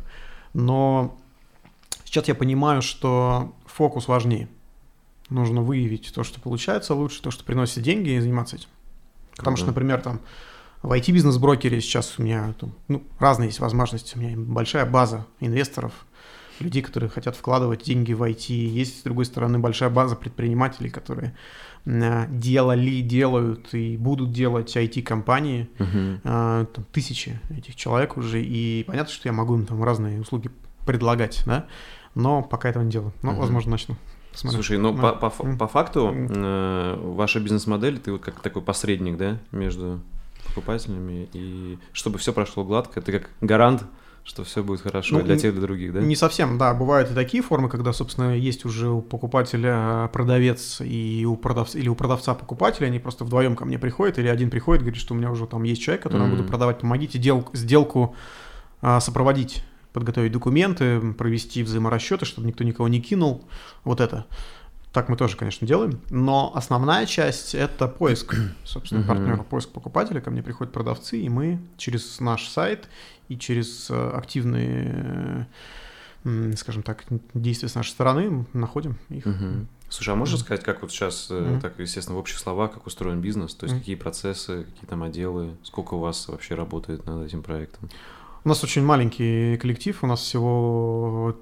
Но сейчас я понимаю, что фокус важнее. Нужно выявить то, что получается лучше, то, что приносит деньги, и заниматься этим. Потому что, например, там в IT-бизнес-брокере сейчас у меня разные есть возможности, у меня большая база инвесторов, людей, которые хотят вкладывать деньги в IT. Есть, с другой стороны, большая база предпринимателей, которые делали, делают и будут делать IT-компании. Там тысячи этих человек уже, и понятно, что я могу им там разные услуги предлагать, да, но пока этого не делаю. Но, возможно, начну. Посмотрим. Слушай, ну по факту ваша бизнес-модель, ты вот как такой посредник, да, между покупателями, и чтобы все прошло гладко, ты как гарант, что все будет хорошо для тех, для других, да? Не совсем, да. Бывают и такие формы, когда, собственно, есть уже у покупателя продавец и у продавца покупатель, они просто вдвоем ко мне приходят, или один приходит, говорит, что у меня уже там есть человек, которому буду продавать, помогите сделку сопроводить, подготовить документы, провести взаиморасчеты, чтобы никто никого не кинул. Вот это. Так мы тоже, конечно, делаем. Но основная часть – это поиск, собственно, партнера, поиск покупателя. Ко мне приходят продавцы, и мы через наш сайт и через активные, скажем так, действия с нашей стороны находим их. Слушай, а можешь сказать, как вот сейчас, так, естественно, в общих словах, как устроен бизнес? То есть какие процессы, какие там отделы, сколько у вас вообще работает над этим проектом? У нас очень маленький коллектив, у нас всего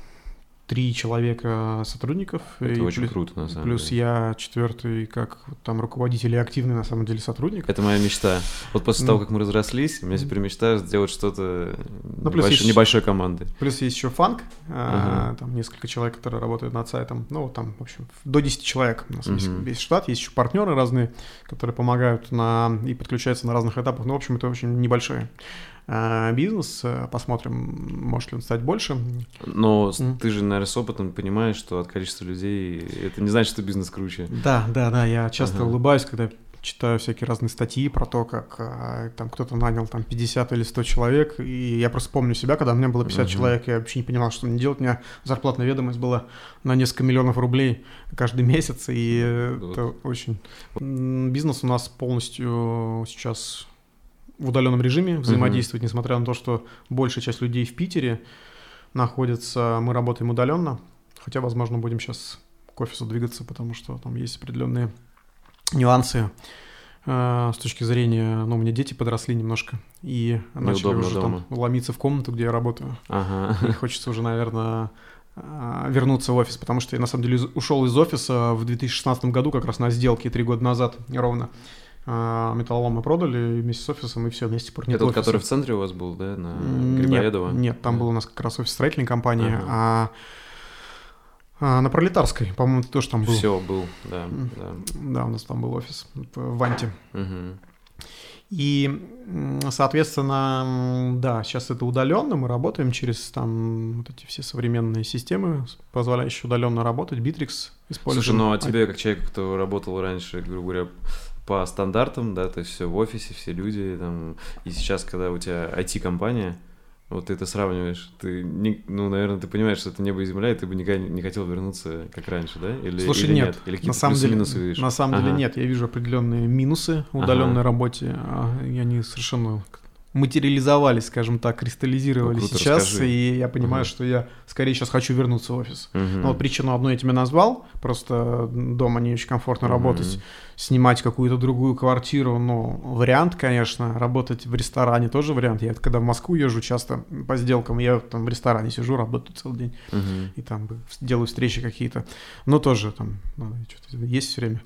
3 человека сотрудников. Это очень круто, на самом плюс деле. я 4-й, как там руководитель и активный, на самом деле, сотрудник. Это моя мечта. Вот после того, как мы разрослись, у меня теперь мечта сделать что-то небольшой командой. Плюс есть еще фанк, там несколько человек, которые работают над сайтом. Ну, там, в общем, до 10 человек у нас весь штат. Есть еще партнеры разные, которые помогают и подключаются на разных этапах. Ну, в общем, это очень небольшой бизнес. Посмотрим, может ли он стать больше. Но ты же, наверное, с опытом понимаешь, что от количества людей это не значит, что бизнес круче. Да. Я часто улыбаюсь, когда читаю всякие разные статьи про то, как там кто-то нанял там 50 или 100 человек. И я просто помню себя, когда у меня было 50 человек, я вообще не понимал, что мне делать. У меня зарплатная ведомость была на несколько миллионов рублей каждый месяц. И это очень... Бизнес у нас полностью сейчас в удаленном режиме взаимодействовать, несмотря на то, что большая часть людей в Питере находится, мы работаем удаленно, хотя, возможно, будем сейчас к офису двигаться, потому что там есть определенные нюансы с точки зрения, у меня дети подросли немножко, и начали уже там ломиться в комнату, где я работаю. И хочется уже, наверное, вернуться в офис, потому что я, на самом деле, ушел из офиса в 2016 году, как раз на сделке 3 года назад ровно. Металлолом мы продали вместе с офисом, и все, на сих пор нет офиса. Это который в центре у вас был, да, на Грибоедова? Нет, там был у нас как раз офис строительной компании, а на Пролетарской, по-моему, ты тоже там был. Все, был, да. Да, у нас там был офис в Ванте. И, соответственно, да, сейчас это удаленно, мы работаем через там вот эти все современные системы, позволяющие удаленно работать, Bittrex используем. Слушай, ну а тебе, как человек, кто работал раньше, грубо говоря, по стандартам, да, то есть все в офисе, все люди, там, и сейчас, когда у тебя IT-компания, вот ты это сравниваешь, ты, наверное, ты понимаешь, что это небо и земля, и ты бы никогда не хотел вернуться, как раньше, да? Слушай, или нет, Или на самом деле, минусы видишь? На самом деле нет, я вижу определенные минусы в удаленной работе, и они совершенно материализовались, скажем так, кристаллизировались сейчас, расскажи. И я понимаю, что я скорее сейчас хочу вернуться в офис. Но вот причину одну я тебе назвал, просто дома не очень комфортно работать, снимать какую-то другую квартиру, вариант, конечно, работать в ресторане тоже вариант. Я когда в Москву езжу часто по сделкам, я там в ресторане сижу, работаю целый день, и там делаю встречи какие-то, но тоже там что-то есть время.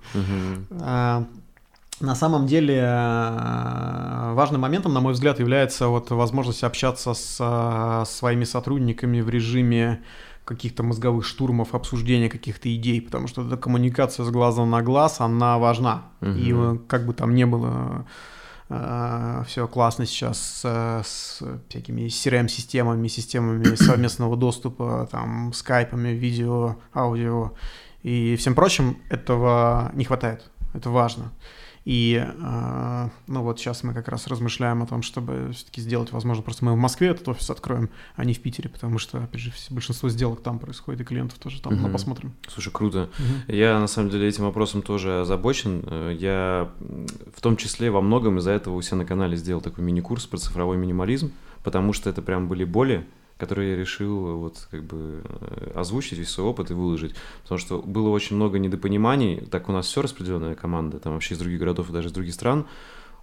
На самом деле важным моментом, на мой взгляд, является вот возможность общаться с своими сотрудниками в режиме каких-то мозговых штурмов, обсуждения каких-то идей, потому что эта коммуникация с глаза на глаз, она важна. И как бы там ни было все классно сейчас с всякими CRM-системами, системами совместного доступа, там, скайпами, видео, аудио и всем прочим, этого не хватает, это важно. И вот сейчас мы как раз размышляем о том, чтобы все-таки сделать, возможно, просто мы в Москве этот офис откроем, а не в Питере, потому что, опять же, большинство сделок там происходит, и клиентов тоже там, но посмотрим. Слушай, круто. Я, на самом деле, этим вопросом тоже озабочен. Я в том числе во многом из-за этого у себя на канале сделал такой мини-курс про цифровой минимализм, потому что это прям были боли, которые я решил вот как бы озвучить весь свой опыт и выложить. Потому что было очень много недопониманий. Так у нас все распределенная команда, там вообще из других городов и даже из других стран.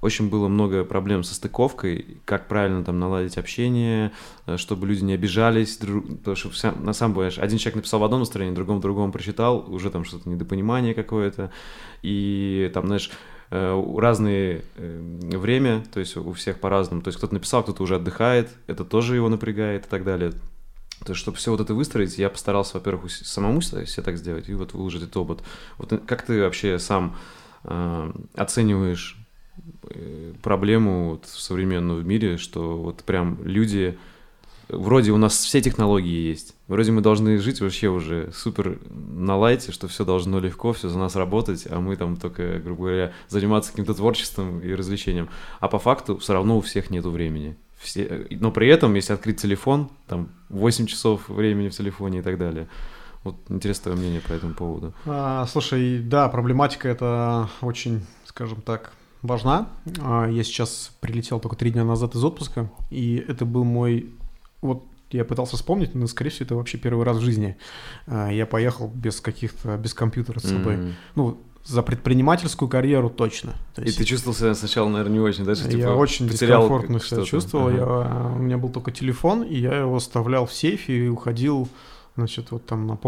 очень было много проблем со стыковкой, как правильно там наладить общение, чтобы люди не обижались, потому что на самом деле один человек написал в одном настроении, другом прочитал, уже там что-то недопонимание какое-то, и там, знаешь, разные время, то есть у всех по-разному, то есть кто-то написал, кто-то уже отдыхает, это тоже его напрягает и так далее. То есть, чтобы все вот это выстроить, я постарался, во-первых, самому себе так сделать и вот выложить этот опыт. Вот как ты вообще сам оцениваешь проблему вот в современном мире, что вот прям люди... Вроде у нас все технологии есть, вроде мы должны жить вообще уже супер на лайте, что все должно легко, все за нас работать, а мы там только, грубо говоря, заниматься каким-то творчеством и развлечением. А по факту все равно у всех нету времени. Но при этом, если открыть телефон, там 8 часов времени в телефоне и так далее. Вот интересно твое мнение по этому поводу. Слушай, да, проблематика это очень, скажем так, важна. Я сейчас прилетел только 3 дня назад из отпуска, и это был мой... Вот я пытался вспомнить, но, скорее всего, это вообще первый раз в жизни. Я поехал без компьютера с собой. Ну, за предпринимательскую карьеру точно. То есть... И ты чувствовал себя сначала, наверное, не очень, да? Что, я очень дискомфортно себя чувствовал. У меня был только телефон, и я его оставлял в сейфе и уходил, значит, вот там на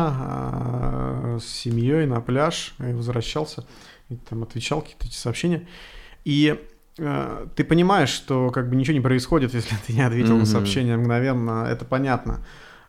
полдня с семьей на пляж, и возвращался, и там отвечал какие-то эти сообщения. И ты понимаешь, что как бы ничего не происходит, если ты не ответил на сообщение мгновенно, это понятно.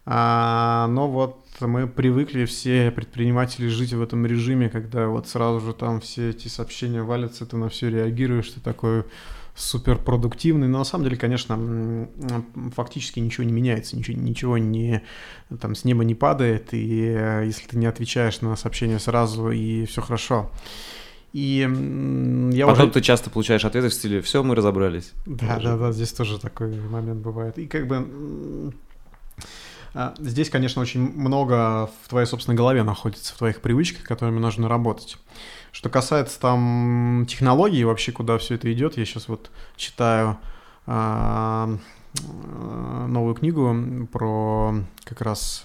Но вот мы привыкли все предприниматели жить в этом режиме, когда вот сразу же там все эти сообщения валятся, ты на все реагируешь, ты такой суперпродуктивный. Но на самом деле, конечно, фактически ничего не меняется, ничего не там с неба не падает, и если ты не отвечаешь на сообщение сразу, и все хорошо. И я потом ты часто получаешь ответы в стиле «все, мы разобрались». Да, здесь тоже такой момент бывает. И как бы здесь, конечно, очень много в твоей собственной голове находится, в твоих привычках, которыми нужно работать. Что касается там технологий, вообще куда все это идет, я сейчас вот читаю новую книгу про как раз...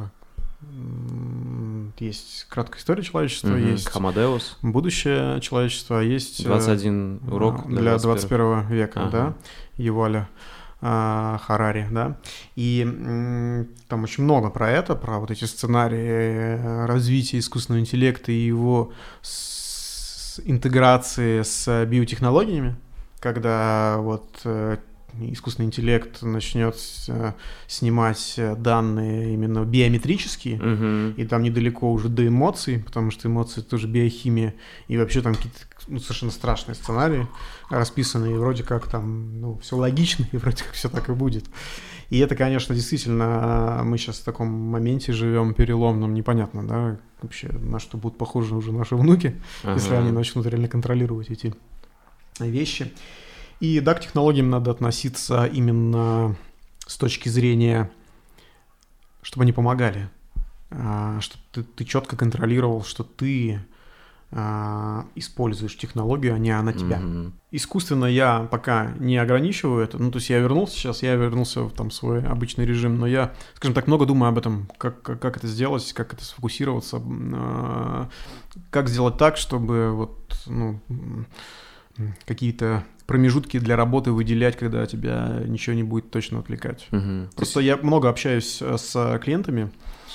Есть краткая история человечества, есть Хамадеус. Будущее человечества, есть 21 урок для 21 века, да, Юваля Харари, да. И там очень много про это, про вот эти сценарии развития искусственного интеллекта и его интеграции с биотехнологиями, когда вот искусственный интеллект начнет снимать данные именно биометрические, и там недалеко уже до эмоций, потому что эмоции тоже биохимия, и вообще там какие-то совершенно страшные сценарии расписаны, и вроде как там все логично, и вроде как все так и будет. И это, конечно, действительно, мы сейчас в таком моменте живем переломном, непонятно, да, вообще на что будут похожи уже наши внуки, если они начнут реально контролировать эти вещи. И да, к технологиям надо относиться именно с точки зрения, чтобы они помогали, чтобы ты четко контролировал, что ты используешь технологию, а не она тебя. Искусственно я пока не ограничиваю это, ну то есть я вернулся в там свой обычный режим, но я, скажем так, много думаю об этом, как это сделать, как это сфокусироваться, как сделать так, чтобы вот, какие-то промежутки для работы выделять, когда тебя ничего не будет точно отвлекать. Просто я много общаюсь с клиентами,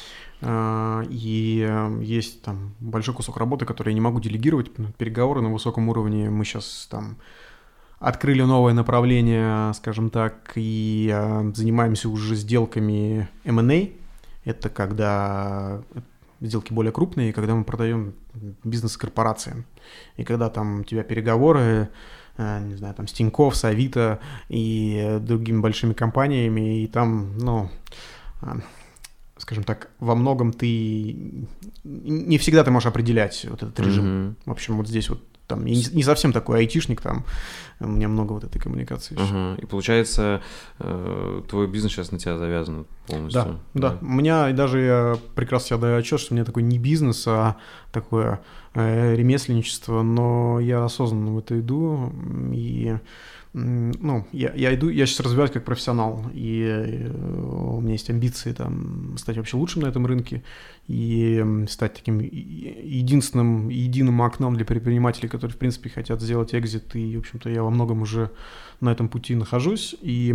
и есть там большой кусок работы, который я не могу делегировать, переговоры на высоком уровне. Мы сейчас там открыли новое направление, скажем так, и занимаемся уже сделками M&A. Это когда сделки более крупные, когда мы продаем бизнес корпорациям. И когда там у тебя переговоры, не знаю, там с Тинькофф, с Авито и другими большими компаниями, и там, скажем так, во многом ты не всегда ты можешь определять вот этот режим. В общем, вот здесь вот там я не совсем такой айтишник, там у меня много вот этой коммуникации. И получается, твой бизнес сейчас на тебя завязан полностью. Да. У меня даже, я прекрасно себе даю отчет, что у меня такой не бизнес, а такое ремесленничество, но я осознанно в это иду, и я сейчас развиваюсь как профессионал, и у меня есть амбиции там стать вообще лучшим на этом рынке и стать таким единым окном для предпринимателей, которые, в принципе, хотят сделать экзит, и, в общем-то, я во многом уже на этом пути нахожусь,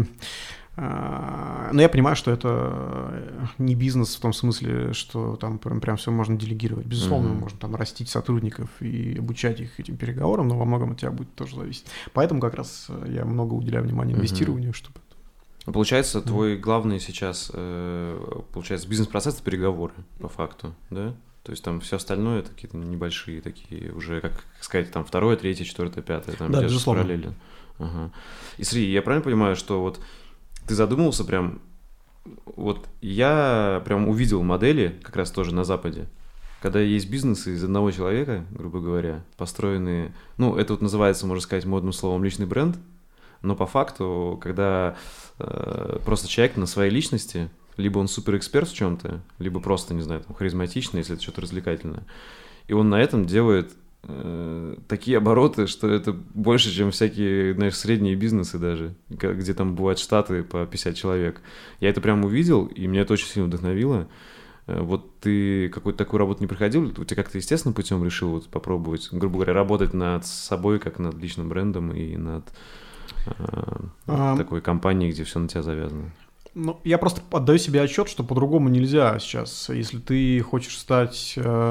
но я понимаю, что это не бизнес в том смысле, что там прям все можно делегировать. Безусловно, можно там растить сотрудников и обучать их этим переговорам, но во многом от тебя будет тоже зависеть. Поэтому как раз я много уделяю внимания инвестированию, чтобы... Получается, твой главный сейчас, бизнес-процесс — это переговоры, по факту, да? То есть там все остальное — это какие-то небольшие такие, уже, как сказать, там второе, третье, четвертое, пятое, там идёт параллельно. Ага. И смотри, я правильно понимаю, что вот ты задумался прям, вот я прям увидел модели, как раз тоже на Западе, когда есть бизнесы из одного человека, грубо говоря, построенные, это вот называется, можно сказать, модным словом личный бренд, но по факту, когда просто человек на своей личности, либо он суперэксперт в чем-то, либо просто, не знаю, там, харизматичный, если это что-то развлекательное, и он на этом делает такие обороты, что это больше, чем всякие, знаешь, средние бизнесы даже, где там бывают штаты по 50 человек. Я это прям увидел, и меня это очень сильно вдохновило. Вот ты какую-то такую работу не проходил? У тебя как-то естественным путем решил вот попробовать, грубо говоря, работать над собой, как над личным брендом и над такой компанией, где все на тебя завязано? Я просто отдаю себе отчет, что по-другому нельзя сейчас. Если ты хочешь стать...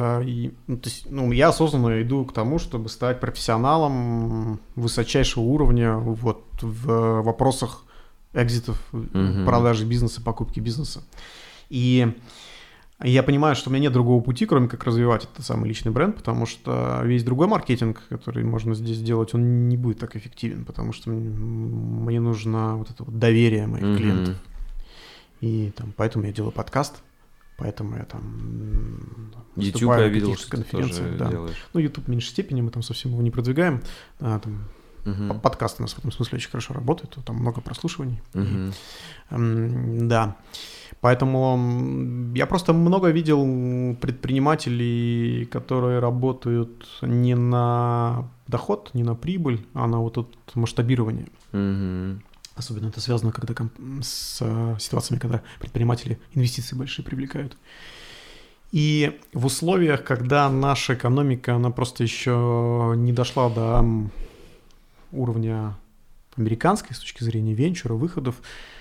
я осознанно иду к тому, чтобы стать профессионалом высочайшего уровня вот в вопросах экзитов, продажи бизнеса, покупки бизнеса. И я понимаю, что у меня нет другого пути, кроме как развивать этот самый личный бренд, потому что весь другой маркетинг, который можно здесь сделать, он не будет так эффективен, потому что мне нужно вот это вот доверие моих клиентов. И поэтому я делаю подкаст, поэтому я там YouTube я видел, на конференциях. Да. Делаешь. YouTube в меньшей степени, мы там совсем его не продвигаем. Подкаст у нас в этом смысле очень хорошо работает, там много прослушиваний. Да. Поэтому я просто много видел предпринимателей, которые работают не на доход, не на прибыль, а на вот это масштабирование. Особенно это связано с ситуациями, когда предприниматели инвестиции большие привлекают. И в условиях, когда наша экономика, она просто еще не дошла до уровня американской с точки зрения венчура, выходов,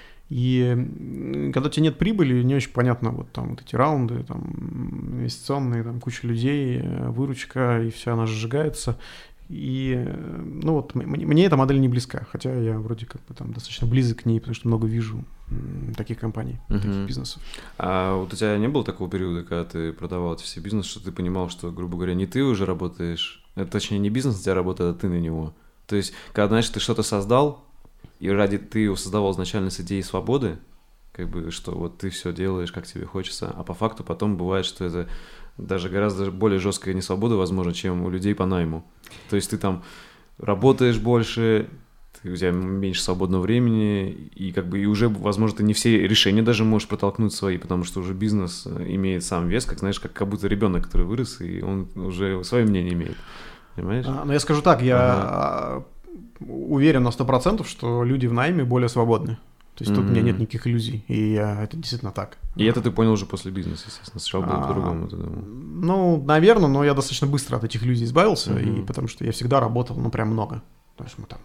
и когда у тебя нет прибыли, не очень понятно, вот эти раунды, инвестиционные, куча людей, выручка, и все, она сжигается. И, мне эта модель не близка, хотя я вроде как бы достаточно близок к ней, потому что много вижу таких компаний, таких бизнесов. А вот у тебя не было такого периода, когда ты продавал эти все бизнесы, что ты понимал, что, грубо говоря, не ты уже работаешь, точнее, не бизнес на тебя работает, а ты на него? То есть, когда, знаешь, ты что-то создал, и ты его создавал изначально с идеей свободы, как бы, что вот ты все делаешь, как тебе хочется, а по факту потом бывает, что это даже гораздо более жесткая несвобода, возможно, чем у людей по найму. То есть ты там работаешь больше, у тебя меньше свободного времени, и как бы и уже, возможно, ты не все решения даже можешь протолкнуть свои, потому что уже бизнес имеет сам вес, как, знаешь, как будто ребенок, который вырос, и он уже свое мнение имеет. Понимаешь? Но я скажу так, я уверен на 100%, что люди в найме более свободны. То есть тут у меня нет никаких иллюзий, и это действительно так. И это ты понял уже после бизнеса, естественно. Сначала было по-другому, ты думал. Наверное, но я достаточно быстро от этих иллюзий избавился, и потому что я всегда работал, прям много. То есть мы там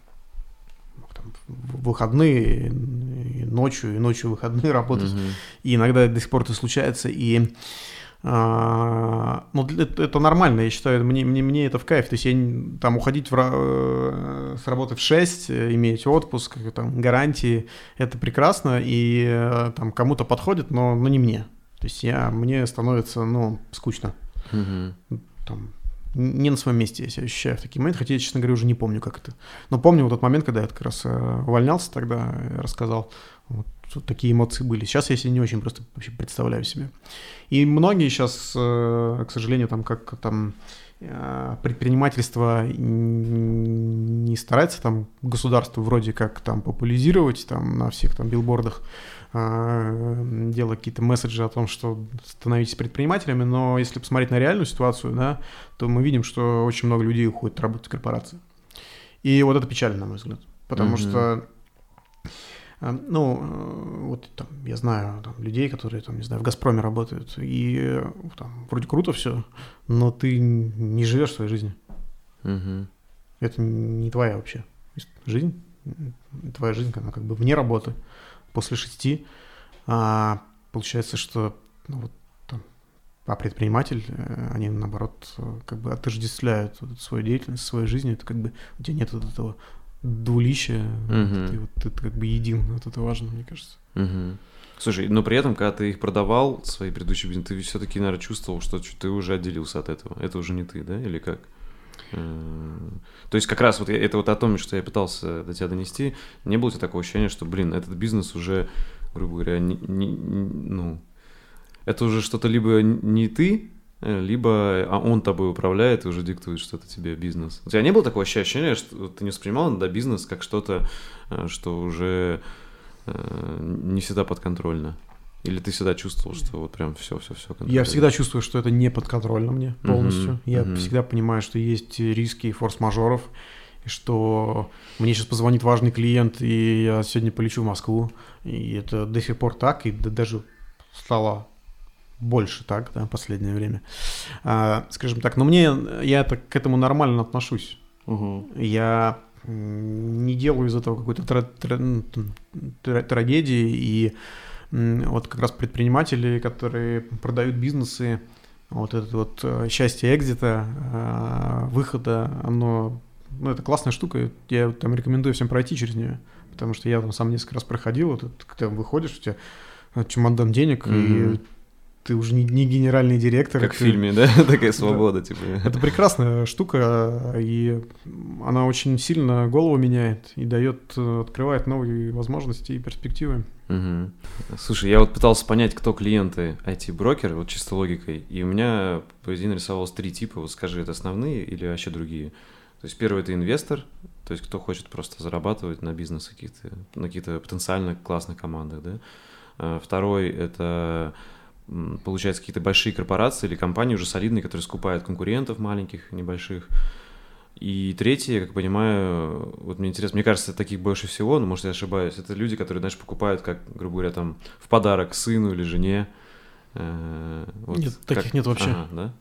в выходные, и ночью выходные работать, и иногда до сих пор это случается, и это нормально, я считаю, мне это в кайф, то есть я уходить с работы в 6, иметь отпуск, гарантии, это прекрасно, и кому-то подходит, но не мне, то есть мне становится, скучно, не на своем месте я себя ощущаю в такие моменты, хотя я, честно говоря, уже не помню, как это, но помню вот тот момент, когда я как раз увольнялся тогда, я рассказал, вот такие эмоции были. Сейчас я себе не очень просто вообще представляю себе. И многие сейчас, к сожалению, предпринимательство не не старается там государство вроде как там популяризировать там на всех там билбордах, делать какие-то месседжи о том, что становитесь предпринимателями, но если посмотреть на реальную ситуацию, да, то мы видим, что очень много людей уходит работать в корпорации. И вот это печально, на мой взгляд, потому что, вот там, я знаю там, людей, которые там, не знаю, в «Газпроме» работают, и там вроде круто все, но ты не живешь своей жизнью. Это не твоя вообще жизнь, твоя жизнь, она как бы вне работы. После 6, получается, что предприниматель, они, наоборот, как бы отождествляют свою деятельность, свою жизнь, это как бы у тебя нет вот этого двуличия, ты как бы един, вот это важно, мне кажется. Слушай, но при этом, когда ты их продавал, свои предыдущие бизнесы, ты все-таки, наверное, чувствовал, что ты уже отделился от этого, это уже не ты, да, или как? То есть как раз вот это вот о том, что я пытался до тебя донести, не было у тебя такого ощущения, что, этот бизнес уже, грубо говоря, это уже что-то либо не ты, либо он тобой управляет и уже диктует что-то тебе бизнес. У тебя не было такого ощущения, что ты не воспринимал бизнес как что-то, что уже не всегда подконтрольно? Или ты всегда чувствовал, что вот прям все контролируешь? Я всегда чувствую, что это не подконтрольно мне полностью. Я всегда понимаю, что есть риски и форс-мажоров, и что мне сейчас позвонит важный клиент, и я сегодня полечу в Москву. И это до сих пор так, и даже стало больше так, да, в последнее время. Скажем так, но я к этому нормально отношусь. Я не делаю из этого какой-то трагедии, и вот как раз предприниматели, которые продают бизнесы, вот это вот счастье экзита, выхода, это классная штука, я там рекомендую всем пройти через нее, потому что я там сам несколько раз проходил, вот когда выходишь, у тебя чемодан денег, и ты уже не генеральный директор. Как в фильме, да? Такая свобода, типа. Это прекрасная штука, и она очень сильно голову меняет и открывает новые возможности и перспективы. Слушай, я вот пытался понять, кто клиенты IT-брокеры, вот чисто логикой, и у меня по идее нарисовалось 3 типа. Вот скажи, это основные или вообще другие? То есть первый — это инвестор, то есть кто хочет просто зарабатывать на бизнесе на каких-то потенциально классных командах, да? Второй — это, получается, какие-то большие корпорации или компании уже солидные, которые скупают конкурентов маленьких, небольших. И третий, я как понимаю, вот мне интересно, мне кажется, таких больше всего, но, может, я ошибаюсь, это люди, которые, знаешь, покупают, как, грубо говоря, там, в подарок сыну или жене. Нет, таких нет вообще. Да?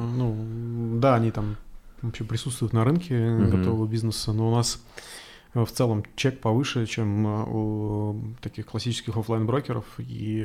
Да, они там вообще присутствуют на рынке готового бизнеса, но у нас в целом чек повыше, чем у таких классических офлайн-брокеров, и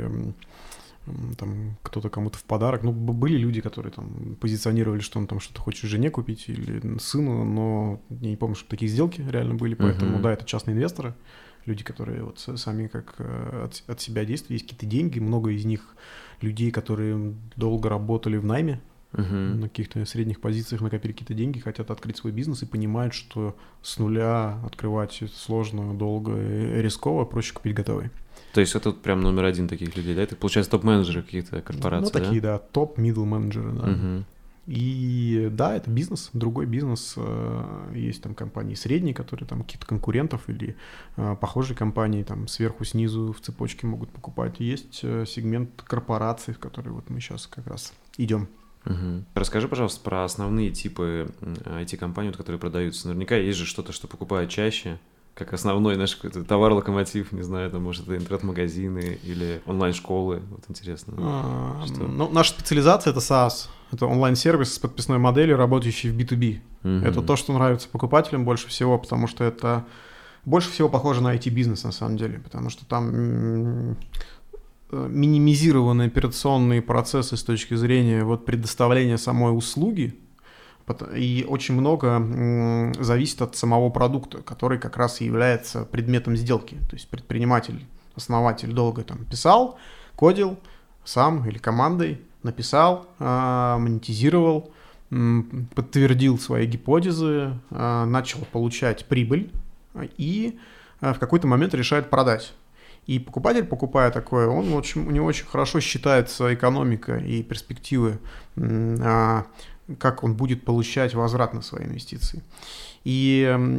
там кто-то кому-то в подарок. Были люди, которые там позиционировали, что он там что-то хочет жене купить или сыну, но я не помню, что такие сделки реально были, поэтому, да, это частные инвесторы, люди, которые вот сами как от себя действуют, есть какие-то деньги, много из них людей, которые долго работали в найме, на каких-то средних позициях, накопили какие-то деньги, хотят открыть свой бизнес и понимают, что с нуля открывать сложно, долго и рисково, проще купить готовый. То есть это прям номер один таких людей, да? Это, получается, топ-менеджеры каких-то корпораций, да? Такие, да, топ-мидл менеджеры, да. И да, это бизнес, другой бизнес. Есть там компании средние, которые там каких-то конкурентов или похожие компании там сверху, снизу в цепочке могут покупать. Есть сегмент корпораций, в который вот мы сейчас как раз идем. Расскажи, пожалуйста, про основные типы IT-компаний, которые продаются. Наверняка есть же что-то, что покупают чаще, как основной наш какой-то товар-локомотив, не знаю, там, может, это интернет-магазины или онлайн-школы. Вот интересно. Наша специализация — это SaaS. Это онлайн-сервис с подписной моделью, работающий в B2B. Это то, что нравится покупателям больше всего, потому что это больше всего похоже на IT-бизнес на самом деле, потому что там минимизированы операционные процессы с точки зрения вот предоставления самой услуги, и очень много зависит от самого продукта, который как раз и является предметом сделки. То есть предприниматель, основатель долго там писал, кодил сам или командой, написал, монетизировал, подтвердил свои гипотезы, начал получать прибыль и в какой-то момент решает продать. И покупатель, покупая такое, у него очень хорошо считается экономика и перспективы, как он будет получать возврат на свои инвестиции. И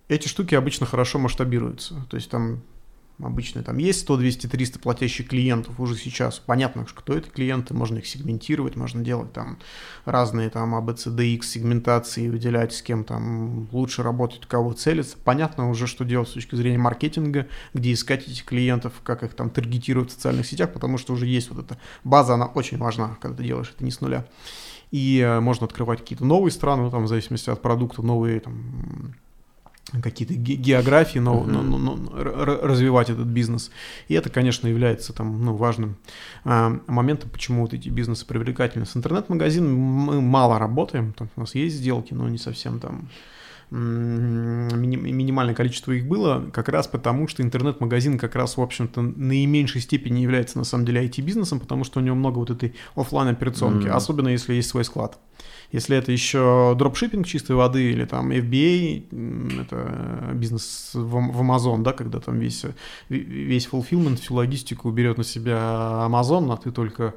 эти штуки обычно хорошо масштабируются. То есть там обычно там есть 100, 200, 300 платящих клиентов уже сейчас. Понятно, кто это клиенты, можно их сегментировать, можно делать там разные там ABCDX сегментации, выделять, с кем там лучше работать, у кого целиться. Понятно уже, что делать с точки зрения маркетинга, где искать этих клиентов, как их там таргетировать в социальных сетях, потому что уже есть вот эта база, она очень важна, когда ты делаешь это не с нуля. И можно открывать какие-то новые страны, там, в зависимости от продукта, новые там какие-то географии, развивать этот бизнес. И это, конечно, является там, важным моментом, почему вот эти бизнесы привлекательны. С интернет-магазином мы мало работаем, там у нас есть сделки, но не совсем там минимальное количество их было, как раз потому, что интернет-магазин как раз, в общем-то, наименьшей степени является на самом деле IT-бизнесом, потому что у него много вот этой офлайн-операционки, особенно если есть свой склад. Если это еще дропшиппинг чистой воды или там FBA, это бизнес в Amazon, да, когда там весь fulfillment, всю логистику берет на себя Amazon, а ты только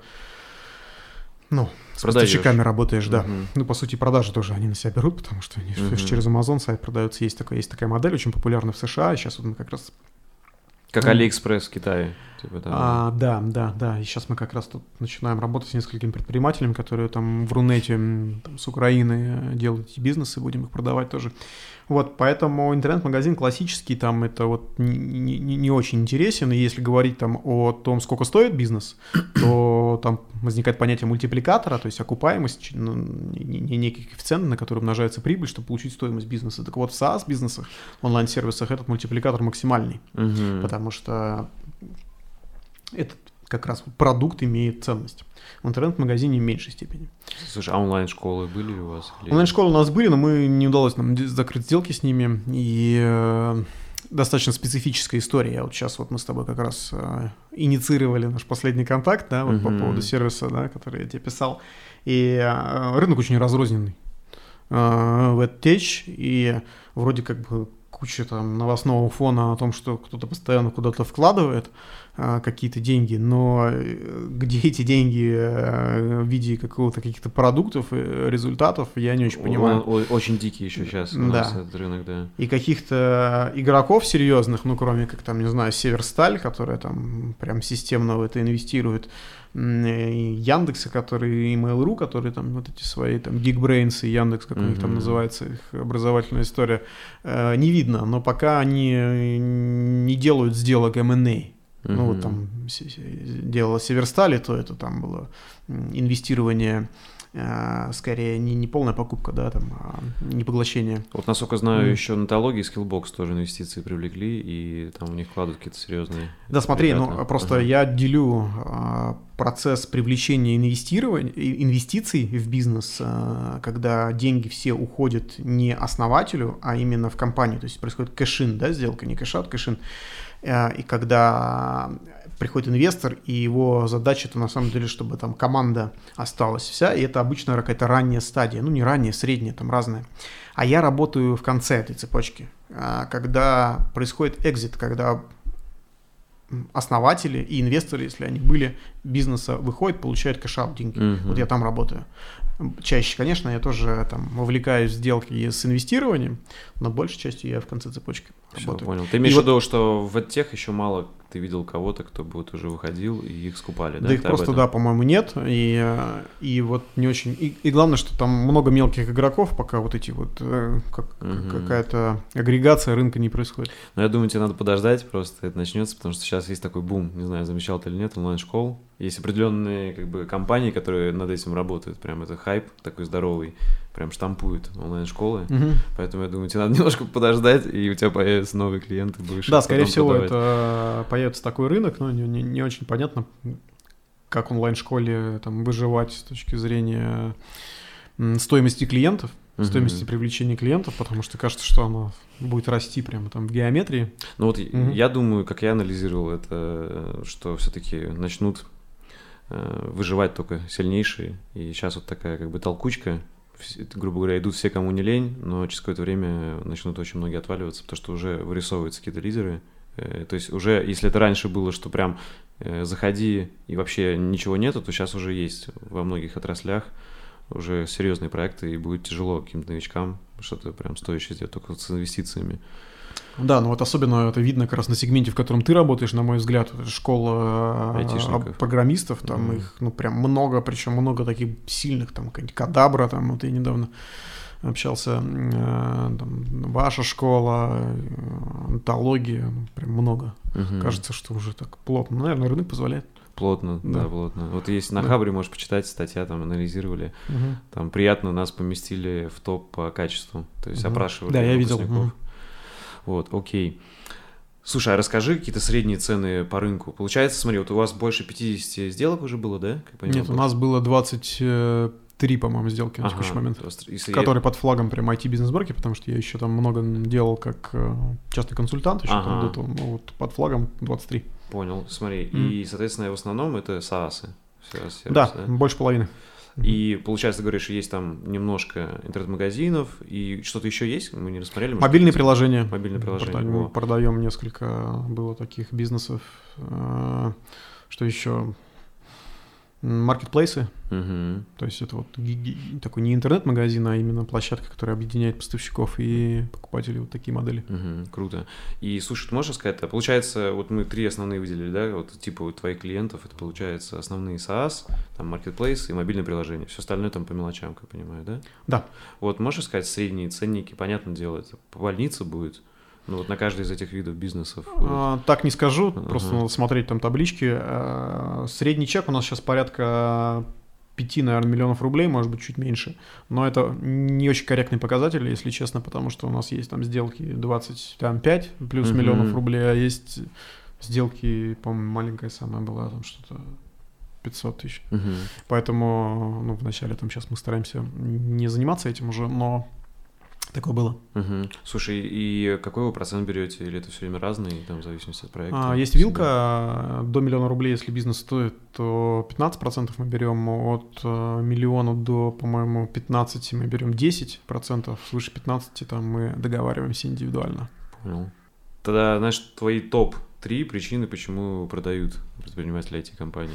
с поставщиками работаешь, да. По сути, продажи тоже они на себя берут, потому что они через Amazon сайт продаются. Есть такая модель, очень популярна в США, и сейчас вот мы как раз... Как AliExpress в Китае. Типа, да. И сейчас мы как раз тут начинаем работать с несколькими предпринимателями, которые там в Рунете там, с Украины делают эти бизнесы, будем их продавать тоже. Вот, поэтому интернет-магазин классический, там это вот не очень интересен, и если говорить там о том, сколько стоит бизнес, то там возникает понятие мультипликатора, то есть окупаемость, некий коэффициент, на который умножается прибыль, чтобы получить стоимость бизнеса. Так вот, в SaaS-бизнесах, онлайн-сервисах этот мультипликатор максимальный, потому что этот как раз продукт имеет ценность. В интернет-магазине в меньшей степени. Слушай, а онлайн-школы были у вас? Онлайн-школы у нас были, но мы не удалось нам закрыть сделки с ними. И достаточно специфическая история. Вот сейчас вот мы с тобой как раз инициировали наш последний контакт, да, вот по поводу сервиса, да, который я тебе писал. И рынок очень разрозненный в EdTech, и вроде как бы куча там новостного фона о том, что кто-то постоянно куда-то вкладывает какие-то деньги, но где эти деньги в виде каких-то продуктов, результатов, я не очень понимаю. Он очень дикий еще сейчас у нас этот рынок, да. И каких-то игроков серьезных, кроме как там, не знаю, Северсталь, которая там прям системно в это инвестирует, и Яндекса, который, и Mail.ru, которые там вот эти свои там Geekbrains и Яндекс, как у них там называется, их образовательная история, не видно, но пока они не делают сделок M&A. Вот там делала Северсталь, то это там было инвестирование, скорее не полная покупка, да, там, а не поглощение. Вот, насколько знаю, еще Натологии и Skillbox тоже инвестиции привлекли, и там у них вкладывают какие-то серьезные. Да, смотри, просто я делю процесс привлечения инвестиций в бизнес, когда деньги все уходят не основателю, а именно в компанию, то есть происходит кэш-ин, да, сделка, не кэш-аут, кэш-ин. И когда приходит инвестор, и его задача это на самом деле, чтобы там команда осталась вся, и это обычно какая-то ранняя стадия, не ранняя, средняя, там разная. А я работаю в конце этой цепочки, когда происходит экзит, когда основатели и инвесторы, если они были, бизнеса выходят, получают кэш-аут деньги. Вот я там работаю. Чаще, конечно, я тоже там вовлекаюсь в сделки с инвестированием, но большей частью я в конце цепочки работаю. Понял. Ты имеешь в виду, что в тех еще мало ты видел кого-то, кто бы вот уже выходил, и их скупали, да? Да их просто, да, по-моему, нет. И вот не очень... И главное, что там много мелких игроков, пока вот эти вот какая-то агрегация рынка не происходит. Но я думаю, тебе надо подождать, просто это начнется, потому что сейчас есть такой бум, не знаю, замечал ты или нет, онлайн-школ. Есть определенные компании, которые над этим работают. Прям это хайп такой здоровый. Прям штампуют онлайн-школы. Поэтому я думаю, тебе надо немножко подождать, и у тебя появятся новые клиенты. Да, скорее всего, это появится такой рынок, но не очень понятно, как онлайн-школе там выживать с точки зрения стоимости клиентов, стоимости привлечения клиентов, потому что кажется, что оно будет расти прямо там в геометрии. Ну вот я думаю, как я анализировал это, что все-таки начнут выживать только сильнейшие, и сейчас вот такая толкучка, грубо говоря, идут все, кому не лень, но через какое-то время начнут очень многие отваливаться, потому что уже вырисовываются какие-то лидеры. То есть уже, если это раньше было, что прям заходи и вообще ничего нету, то сейчас уже есть во многих отраслях уже серьезные проекты, и будет тяжело каким-то новичкам что-то прям стоящее сделать, только с инвестициями. Да, ну вот особенно это видно как раз на сегменте, в котором ты работаешь, на мой взгляд, это школа программистов, там их, ну, прям много, причем много таких сильных, там, какая-нибудь Кадабра, там, вот я недавно общался, там, ваша школа, антология, прям много. Кажется, что уже так плотно, наверное, рынок позволяет. Плотно, да, плотно. Вот есть на Хабре, можешь почитать, статья там анализировали, там приятно нас поместили в топ по качеству, то есть опрашивали. Да, я видел. Вот, окей. Слушай, а расскажи какие-то средние цены по рынку. Получается, смотри, вот у вас больше 50 сделок уже было, да? Как понимаю, нет, у нас было 23, по-моему, сделки на текущий момент, которые под флагом прям IT-бизнес-брокер, потому что я еще там много делал как частный консультант, еще там до этого, ну, вот под флагом 23. Понял, смотри, и, соответственно, в основном это SaaS. Да, больше половины. И, получается, ты говоришь, есть там немножко интернет-магазинов, и что-то еще есть? Мы не рассмотрели. Мобильные приложения. Мобильные приложения. Продаем несколько, было таких бизнесов. Что еще? Маркетплейсы. То есть это вот такой не интернет-магазин, а именно площадка, которая объединяет поставщиков и покупателей, вот такие модели. Круто. И, слушай, ты можешь сказать, получается, вот мы 3 основные выделили, да, вот типа у твоих клиентов, это получается основные SaaS, там Marketplace и мобильное приложение. Все остальное там по мелочам, как я понимаю, да? Да. Вот можешь сказать средние ценники, понятно дело, это по больнице будет? Ну вот на каждый из этих видов бизнесов. Так не скажу, просто надо смотреть там таблички. Средний чек у нас сейчас порядка 5, наверное, миллионов рублей, может быть, чуть меньше. Но это не очень корректный показатель, если честно, потому что у нас есть там сделки 25 плюс миллионов рублей, а есть сделки, по-моему, маленькая самая была, там что-то 500 тысяч. Поэтому, ну, вначале там сейчас мы стараемся не заниматься этим уже, но такое было. Слушай, и какой вы процент берете? Или это все время разные, там, в зависимости от проекта? Есть вилка. До 1 миллиона рублей, если бизнес стоит, то 15% мы берем. От миллиона до, по-моему, 15 мы берем 10%. Свыше 15 там мы договариваемся индивидуально. Понял. Тогда, знаешь, твои топ-3 причины, почему продают предприниматели IT-компании?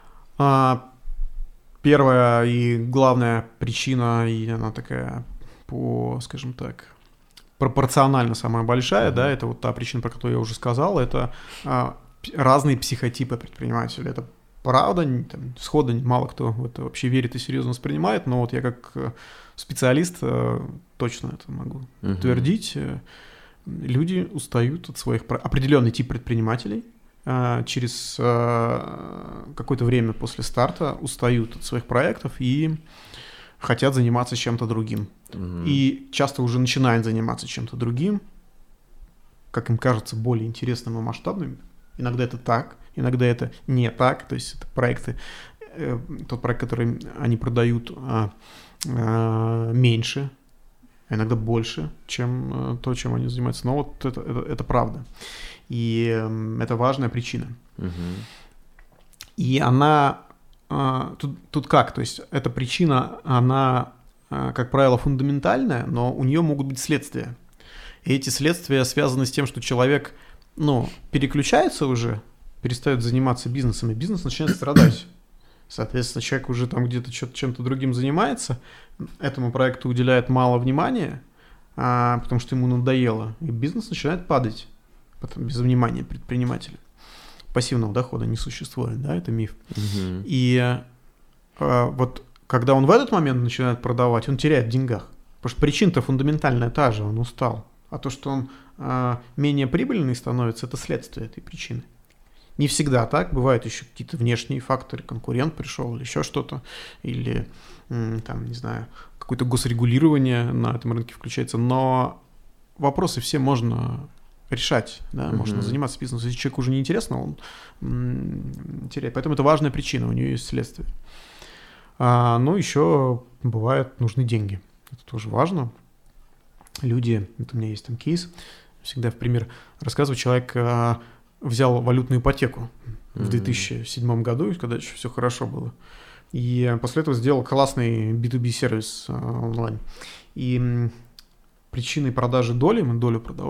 Первая и главная причина, и она такая скажем так, пропорционально самая большая, да, это вот та причина, про которую я уже сказал, это разные психотипы предпринимателей. Это правда, там, сходу мало кто в это вообще верит и серьезно воспринимает, но вот я как специалист точно это могу утвердить. Люди устают от своих... Определенный тип предпринимателей через какое-то время после старта устают от своих проектов и хотят заниматься чем-то другим. И часто уже начинают заниматься чем-то другим, как им кажется, более интересным и масштабным. Иногда это так, иногда это не так. То есть это проекты, тот проект, который они продают, меньше, а иногда больше, чем то, чем они занимаются. Но вот это правда. И это важная причина. И она... Тут как? То есть эта причина, она, как правило, фундаментальная, но у нее могут быть следствия. И эти следствия связаны с тем, что человек, ну, переключается уже, перестает заниматься бизнесом, и бизнес начинает страдать. Соответственно, человек уже там где-то чем-то другим занимается, этому проекту уделяет мало внимания, потому что ему надоело, и бизнес начинает падать потом, без внимания предпринимателя. Пассивного дохода не существует, да, это миф. И вот когда он в этот момент начинает продавать, он теряет в деньгах. Потому что причина-то фундаментальная та же, он устал. А то, что он менее прибыльный становится, это следствие этой причины. Не всегда так, бывают еще какие-то внешние факторы, конкурент пришел или еще что-то, или, там, не знаю, какое-то госрегулирование на этом рынке включается, но вопросы все можно решать, да, можно заниматься бизнесом. Если человеку уже не интересно, он теряет. Поэтому это важная причина, у нее есть следствие. Ну, еще бывает, нужны деньги. Это тоже важно. Люди, это у меня есть там кейс, всегда в пример рассказываю, человек взял валютную ипотеку в 2007 году, когда еще все хорошо было. И после этого сделал классный B2B сервис онлайн. И причиной продажи доли, мы долю продавали,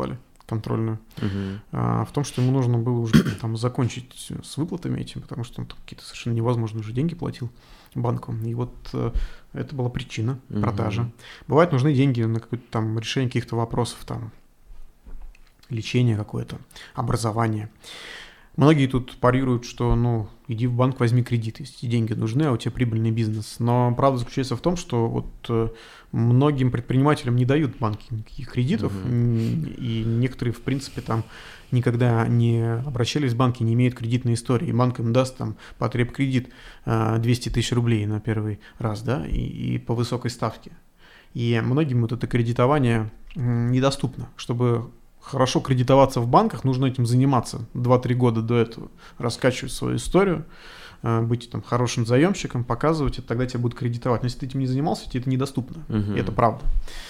контрольную, в том, что ему нужно было уже там закончить с выплатами этим, потому что он там какие-то совершенно невозможные уже деньги платил банку. И вот это была причина продажи. Бывает, нужны деньги на какое-то там решение каких-то вопросов, там, лечение какое-то, образование. Многие тут парируют, что, ну, иди в банк, возьми кредит, если деньги нужны, а у тебя прибыльный бизнес. Но правда заключается в том, что вот многим предпринимателям не дают банки никаких кредитов, и некоторые, в принципе, там никогда не обращались в банки, не имеют кредитной истории. И банк им даст там потреб-кредит 200 тысяч рублей на первый раз, да, и по высокой ставке. И многим вот это кредитование недоступно. Чтобы хорошо кредитоваться в банках, нужно этим заниматься 2-3 года до этого, раскачивать свою историю, быть там хорошим заемщиком, показывать, и тогда тебя будут кредитовать. Но если ты этим не занимался, тебе это недоступно. И это правда.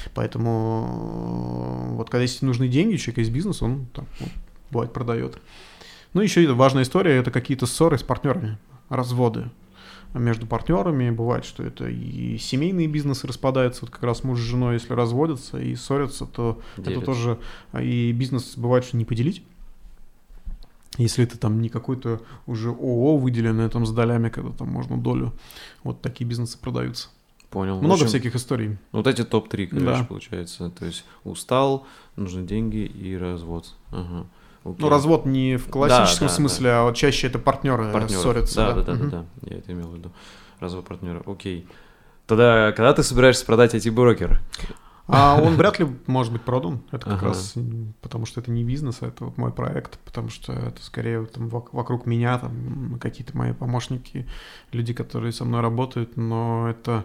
Поэтому вот когда есть нужны деньги, у человека есть бизнес, он там, вот, бывает продает. Ну, еще важная история – это какие-то ссоры с партнерами, разводы между партнерами. Бывает, что это и семейные бизнесы распадаются, вот как раз муж с женой, если разводятся и ссорятся, то это тоже и бизнес бывает, что не поделить. Если это там не какой-то уже ООО выделенное там с долями, когда там можно долю, вот такие бизнесы продаются. Понял. Много всяких историй. Вот эти топ-3, короче, получается. То есть устал, нужны деньги и развод. Ага. Окей. Ну, развод не в классическом смысле, а вот чаще это партнеры ссорятся. Да, я это имел в виду. Развод партнера. Окей. Тогда, когда ты собираешься продать IT-брокер? Он вряд ли может быть продан. Это как раз потому, что это не бизнес, а это вот мой проект, потому что это скорее там вокруг меня там какие-то мои помощники, люди, которые со мной работают, но это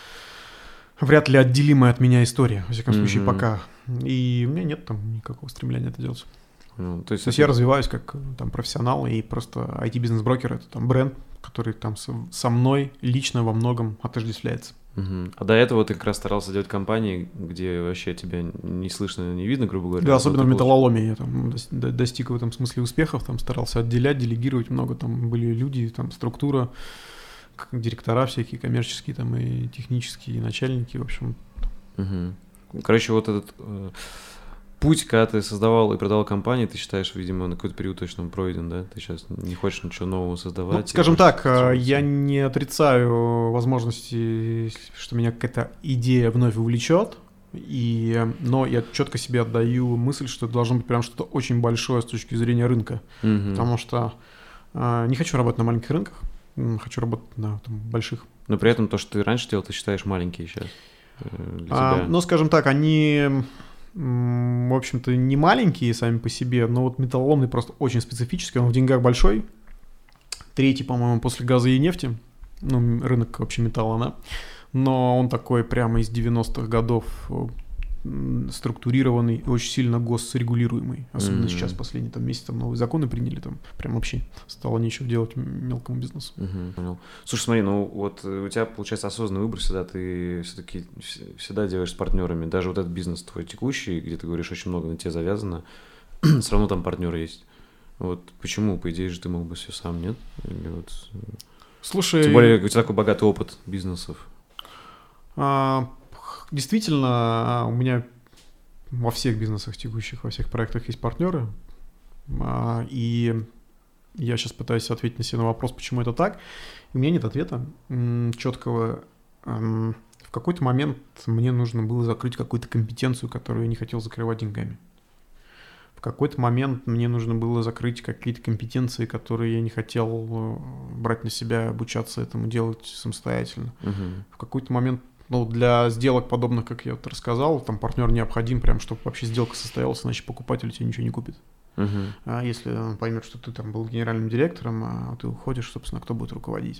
вряд ли отделимая от меня история, во всяком случае, пока. И у меня нет там никакого стремления это делать. То есть я развиваюсь как там профессионал, и просто IT-бизнес-брокер — это там бренд, который там со мной лично во многом отождествляется. А до этого ты как раз старался делать компании, где вообще тебя не слышно, не видно, грубо говоря. Да, особенно в металлоломе я там достиг в этом смысле успехов, там старался отделять, делегировать много, там были люди, там структура, директора всякие коммерческие, там и технические, и начальники, в общем. Короче, вот этот путь, когда ты создавал и продавал компании, ты считаешь, видимо, на какой-то период точно он пройден, да? Ты сейчас не хочешь ничего нового создавать? Ну, скажем так, я не отрицаю возможности, что меня какая-то идея вновь увлечет, но я четко себе отдаю мысль, что это должно быть прям что-то очень большое с точки зрения рынка, потому что не хочу работать на маленьких рынках, хочу работать на там, больших. Но при этом то, что ты раньше делал, ты считаешь маленькие сейчас для тебя? Ну, скажем так, они... в общем-то, не маленькие сами по себе, но вот металлоломный просто очень специфический, он в деньгах большой, третий, по-моему, после газа и нефти, ну, рынок вообще металла, да, но он такой прямо из 90-х годов структурированный, очень сильно госсрегулируемый, особенно сейчас, последние там месяцы, там новые законы приняли, там прям вообще стало нечего делать мелкому бизнесу. Понял. Слушай, смотри, ну вот у тебя получается осознанный выбор всегда, ты все-таки всегда делаешь с партнерами, даже вот этот бизнес твой текущий, где ты говоришь, очень много на тебя завязано, все равно там партнеры есть. Вот почему, по идее же, ты мог бы все сам, нет? Или вот... Слушай... Тем более у тебя такой богатый опыт бизнесов. Действительно, у меня во всех бизнесах текущих, во всех проектах есть партнеры, и я сейчас пытаюсь ответить на себе на вопрос, почему это так. У меня нет ответа четкого. В какой-то момент мне нужно было закрыть какую-то компетенцию, которую я не хотел закрывать деньгами. В какой-то момент мне нужно было закрыть какие-то компетенции, которые я не хотел брать на себя, обучаться этому делать самостоятельно. В какой-то момент, ну, для сделок подобных, как я вот рассказал, там партнер необходим, прям, чтобы вообще сделка состоялась, иначе покупатель тебе ничего не купит. А если он поймет, что ты там был генеральным директором, а ты уходишь, собственно, кто будет руководить.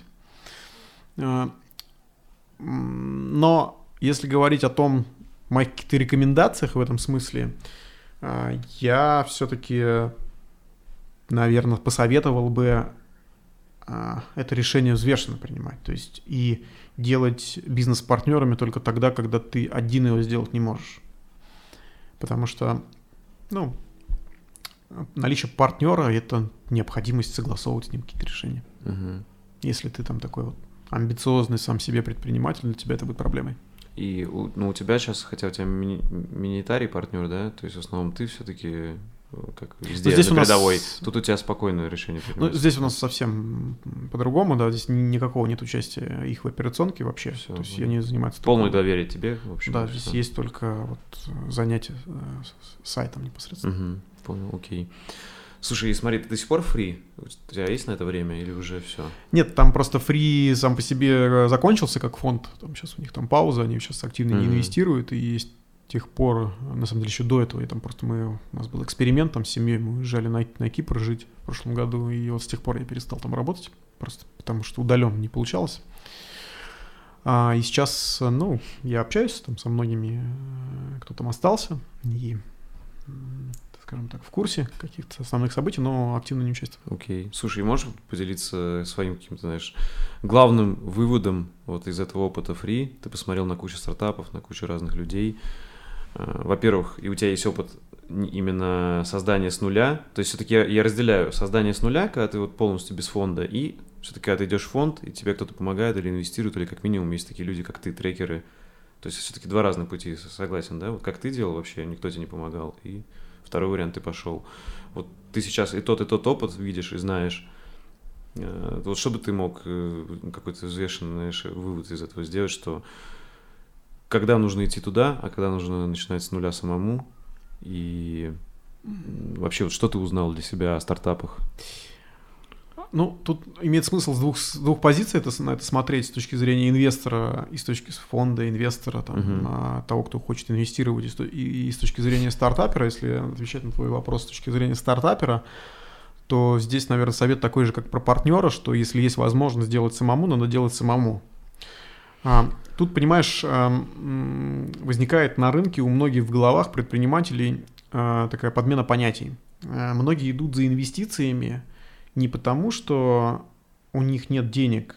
Но если говорить о том, моих каких-то рекомендациях в этом смысле, я все-таки, наверное, посоветовал бы это решение взвешенно принимать. То есть и делать бизнес с партнерами только тогда, когда ты один его сделать не можешь. Потому что, ну, наличие партнера – это необходимость согласовывать с ним какие-то решения. Если ты там такой вот амбициозный сам себе предприниматель, для тебя это будет проблемой. И у тебя сейчас, хотя у тебя минитарий партнер, да, то есть в основном ты все-таки как везде здесь на передовой. Тут у тебя спокойное решение принимается. Здесь у нас совсем по-другому, да, здесь никакого нет участия их в операционке вообще. Всё, то есть они занимаются... Полное доверие тебе, в общем. Да, здесь есть только вот занятия с сайтом непосредственно. Понял, окей. Слушай, смотри, ты до сих пор фри? У тебя есть на это время или уже все? Нет, там просто фри сам по себе закончился как фонд. Там сейчас у них там пауза, они сейчас активно не инвестируют, и есть с тех пор, на самом деле, еще до этого, и там просто у нас был эксперимент там с семьей, мы уезжали на Кипр жить в прошлом году, и вот с тех пор я перестал там работать, просто потому что удаленно не получалось. И сейчас, я общаюсь там со многими, кто там остался, и, скажем так, в курсе каких-то основных событий, но активно не участвую. Окей. Слушай, можешь поделиться своим каким-то, знаешь, главным выводом вот из этого опыта фри? Ты посмотрел на кучу стартапов, на кучу разных людей. Во-первых, и у тебя есть опыт именно создания с нуля. То есть все-таки я разделяю создание с нуля, когда ты вот полностью без фонда, и все-таки когда ты идешь в фонд, и тебе кто-то помогает или инвестирует, или как минимум есть такие люди, как ты, трекеры. То есть все-таки два разных пути, согласен, да? Вот как ты делал вообще, никто тебе не помогал, и второй вариант ты пошел. Вот ты сейчас и тот опыт видишь и знаешь. Вот что бы ты мог какой-то взвешенный, знаешь, вывод из этого сделать, что когда нужно идти туда, а когда нужно начинать с нуля самому, и вообще вот что ты узнал для себя о стартапах? Тут имеет смысл с двух позиций на это смотреть, с точки зрения инвестора и с точки фонда инвестора, того, кто хочет инвестировать, и с точки зрения стартапера. Если отвечать на твой вопрос с точки зрения стартапера, то здесь, наверное, совет такой же, как про партнера, что если есть возможность делать самому, надо делать самому. Тут, понимаешь, возникает на рынке у многих в головах предпринимателей такая подмена понятий. Многие идут за инвестициями не потому, что у них нет денег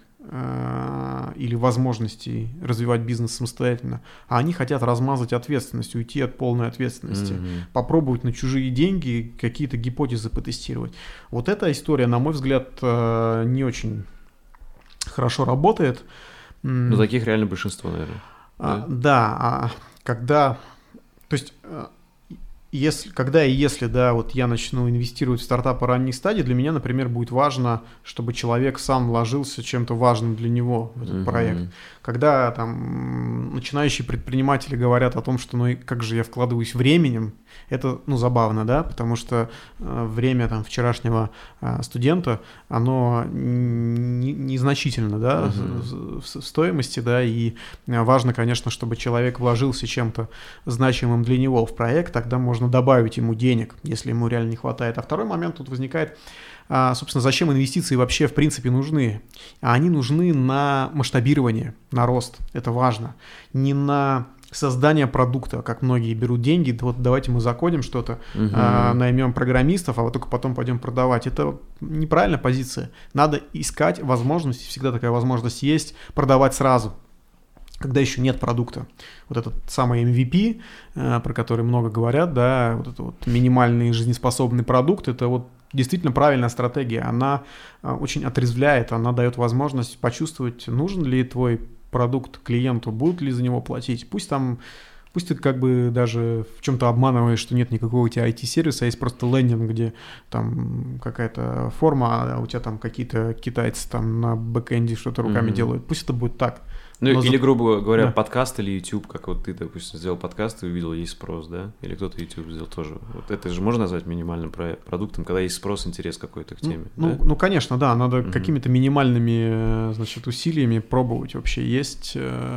или возможностей развивать бизнес самостоятельно, а они хотят размазать ответственность, уйти от полной ответственности, попробовать на чужие деньги какие-то гипотезы потестировать. Вот эта история, на мой взгляд, не очень хорошо работает. Ну, таких реально большинство, наверное. Да, когда... То есть... Когда и если, да, вот я начну инвестировать в стартапы ранней стадии, для меня, например, будет важно, чтобы человек сам вложился чем-то важным для него в этот проект. Когда там начинающие предприниматели говорят о том, что как же я вкладываюсь временем, это, забавно, да, потому что время там вчерашнего студента, оно незначительно, да, в стоимости, да, и важно, конечно, чтобы человек вложился чем-то значимым для него в проект, тогда можно добавить ему денег, если ему реально не хватает. А второй момент тут возникает, собственно, зачем инвестиции вообще в принципе нужны? Они нужны на масштабирование, на рост, это важно, не на создание продукта, как многие берут деньги, вот давайте мы закодим что-то, наймем программистов, а вот только потом пойдем продавать. Это неправильная позиция. Надо искать возможность, всегда такая возможность есть, продавать сразу, когда еще нет продукта. Вот этот самый MVP, про который много говорят, да, вот это вот минимальный жизнеспособный продукт, это вот действительно правильная стратегия. Она очень отрезвляет, она дает возможность почувствовать, нужен ли твой продукт клиенту, будут ли за него платить. Пусть ты как бы даже в чем-то обманываешь, что нет никакого у тебя IT-сервиса, а есть просто лендинг, где там какая-то форма, а у тебя там какие-то китайцы там на бэкэнде что-то руками делают. Пусть это будет так. Или, грубо говоря, подкаст или YouTube, как вот ты, допустим, сделал подкаст и увидел, есть спрос, да? Или кто-то YouTube сделал тоже. Вот это же можно назвать минимальным продуктом, когда есть спрос, интерес какой-то к теме. Ну, конечно, да, надо какими-то минимальными, усилиями пробовать вообще, есть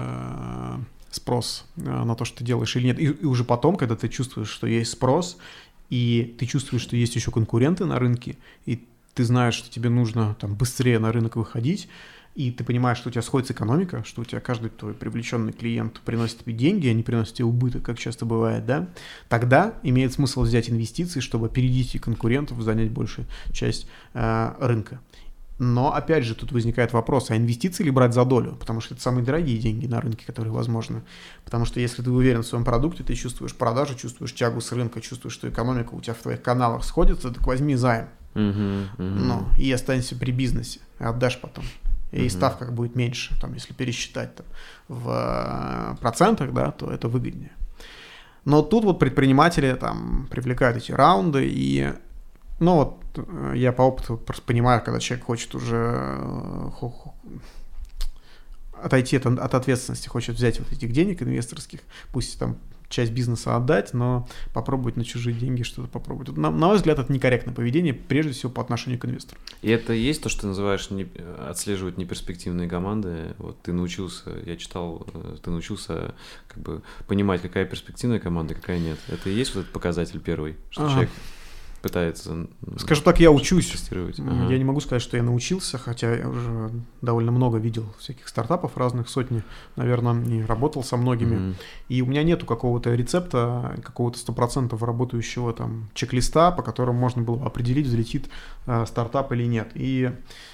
спрос на то, что ты делаешь или нет. И уже потом, когда ты чувствуешь, что есть спрос, и ты чувствуешь, что есть еще конкуренты на рынке, и ты знаешь, что тебе нужно там быстрее на рынок выходить, и ты понимаешь, что у тебя сходится экономика, что у тебя каждый твой привлеченный клиент приносит тебе деньги, а не приносит тебе убыток, как часто бывает, да, тогда имеет смысл взять инвестиции, чтобы опередить конкурентов, занять большую часть рынка. Но, опять же, тут возникает вопрос, а инвестиции ли брать за долю? Потому что это самые дорогие деньги на рынке, которые возможны. Потому что если ты уверен в своем продукте, ты чувствуешь продажу, чувствуешь тягу с рынка, чувствуешь, что экономика у тебя в твоих каналах сходится, так возьми займ. И останься при бизнесе, отдашь потом. и ставка будет меньше, там, если пересчитать там, в процентах, да, то это выгоднее. Но тут вот предприниматели там привлекают эти раунды, и, ну вот я по опыту просто понимаю, когда человек хочет уже отойти от ответственности, хочет взять вот этих денег инвесторских, пусть там часть бизнеса отдать, но попробовать на чужие деньги что-то попробовать. На мой взгляд, это некорректное поведение, прежде всего по отношению к инвестору. И это есть то, что ты называешь отслеживать неперспективные команды? Вот ты научился, я читал, ты научился как бы понимать, какая перспективная команда, какая нет. Это и есть вот этот показатель первый, что человек пытается... Скажу так, я учусь. Тестировать. Я не могу сказать, что я научился, хотя я уже довольно много видел всяких стартапов разных, сотни, наверное, и работал со многими. И у меня нету какого-то рецепта, какого-то 100% работающего там чек-листа, по которому можно было определить, взлетит стартап или нет. И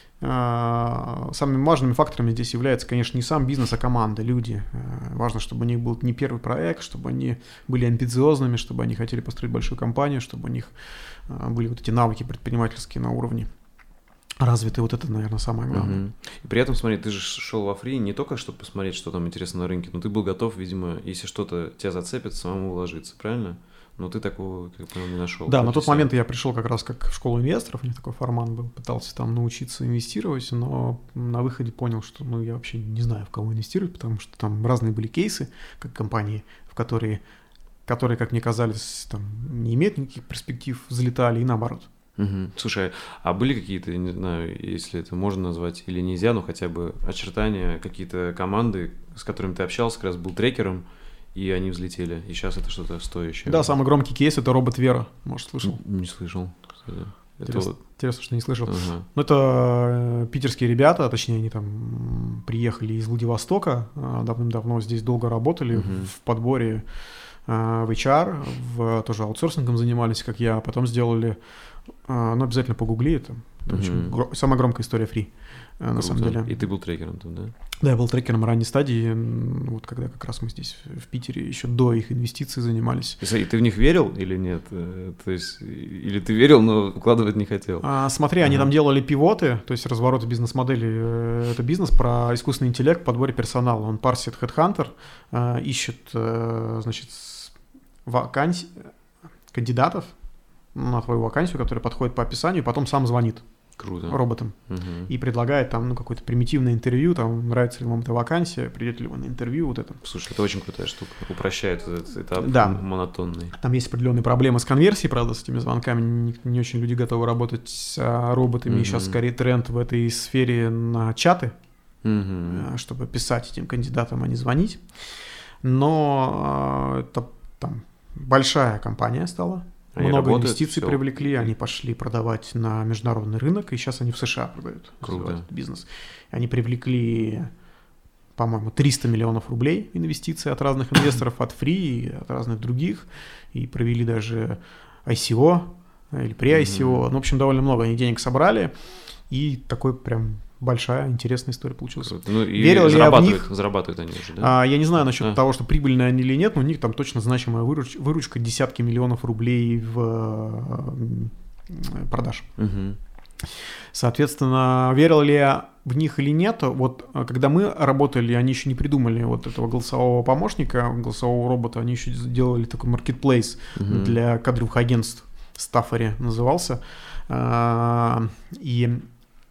самыми важными факторами здесь является, конечно, не сам бизнес, а команда, люди. Важно, чтобы у них был не первый проект, чтобы они были амбициозными, чтобы они хотели построить большую компанию, чтобы у них были вот эти навыки предпринимательские на уровне развиты. Вот это, наверное, самое главное. И при этом, смотри, ты же шел во фри не только, чтобы посмотреть, что там интересно на рынке, но ты был готов, видимо, если что-то тебя зацепит, самому вложиться, правильно? Но ты такого, как я понял, не нашел. Да, на тот момент я пришел как раз как в школу инвесторов, у меня такой формат был, пытался там научиться инвестировать, но на выходе понял, что я вообще не знаю, в кого инвестировать, потому что там разные были кейсы, как компании, в которые, как мне казалось, там не имеют никаких перспектив, взлетали и наоборот. Слушай, а были какие-то, не знаю, если это можно назвать или нельзя, но хотя бы очертания, какие-то команды, с которыми ты общался, как раз был трекером, и они взлетели, и сейчас это что-то стоящее. Да, самый громкий кейс — это робот Вера, может, слышал? Не слышал, кстати. Интересно, что не слышал. Ну, это питерские ребята, точнее, они там приехали из Владивостока, давным-давно здесь долго работали в подборе в HR, тоже аутсорсингом занимались, как я, потом сделали, ну, обязательно погугли это. Самая громкая история фри, на самом деле. И ты был трекером там, да? Да, я был трекером ранней стадии, вот когда как раз мы здесь в Питере еще до их инвестиций занимались. И ты в них верил или нет? То есть, или ты верил, но вкладывать не хотел? Смотри, они там делали пивоты, то есть разворот бизнес-модели. Это бизнес про искусственный интеллект в подборе персонала. Он парсит HeadHunter, ищет, значит, кандидатов на твою вакансию, которая подходит по описанию, и потом сам звонит. Круто. Роботом. И предлагает там, какое-то примитивное интервью, там, нравится ли вам эта вакансия, придете ли вы на интервью, вот это. Слушай, это очень крутая штука. Упрощает этот этап монотонный. Там есть определенные проблемы с конверсией, правда, с этими звонками. Не очень люди готовы работать с роботами. И сейчас скорее тренд в этой сфере на чаты, чтобы писать этим кандидатам, а не звонить. Но это там большая компания стала. Много инвестиций привлекли, они пошли продавать на международный рынок, и сейчас они в США продают этот бизнес. Они привлекли, по-моему, 300 миллионов рублей инвестиций от разных инвесторов, от Free и от разных других, и провели даже ICO или pre-ICO. Ну, в общем, довольно много они денег собрали, и такой прям большая, интересная история получилась. Ну, и верил ли я в них? Зарабатывают они уже, да? Я не знаю насчет того, что прибыльные они или нет, но у них там точно значимая выручка, десятки миллионов рублей в продаж. Соответственно, верил ли я в них или нет, вот когда мы работали, они еще не придумали вот этого голосового помощника, голосового робота, они еще делали такой маркетплейс для кадровых агентств, Staffery назывался, и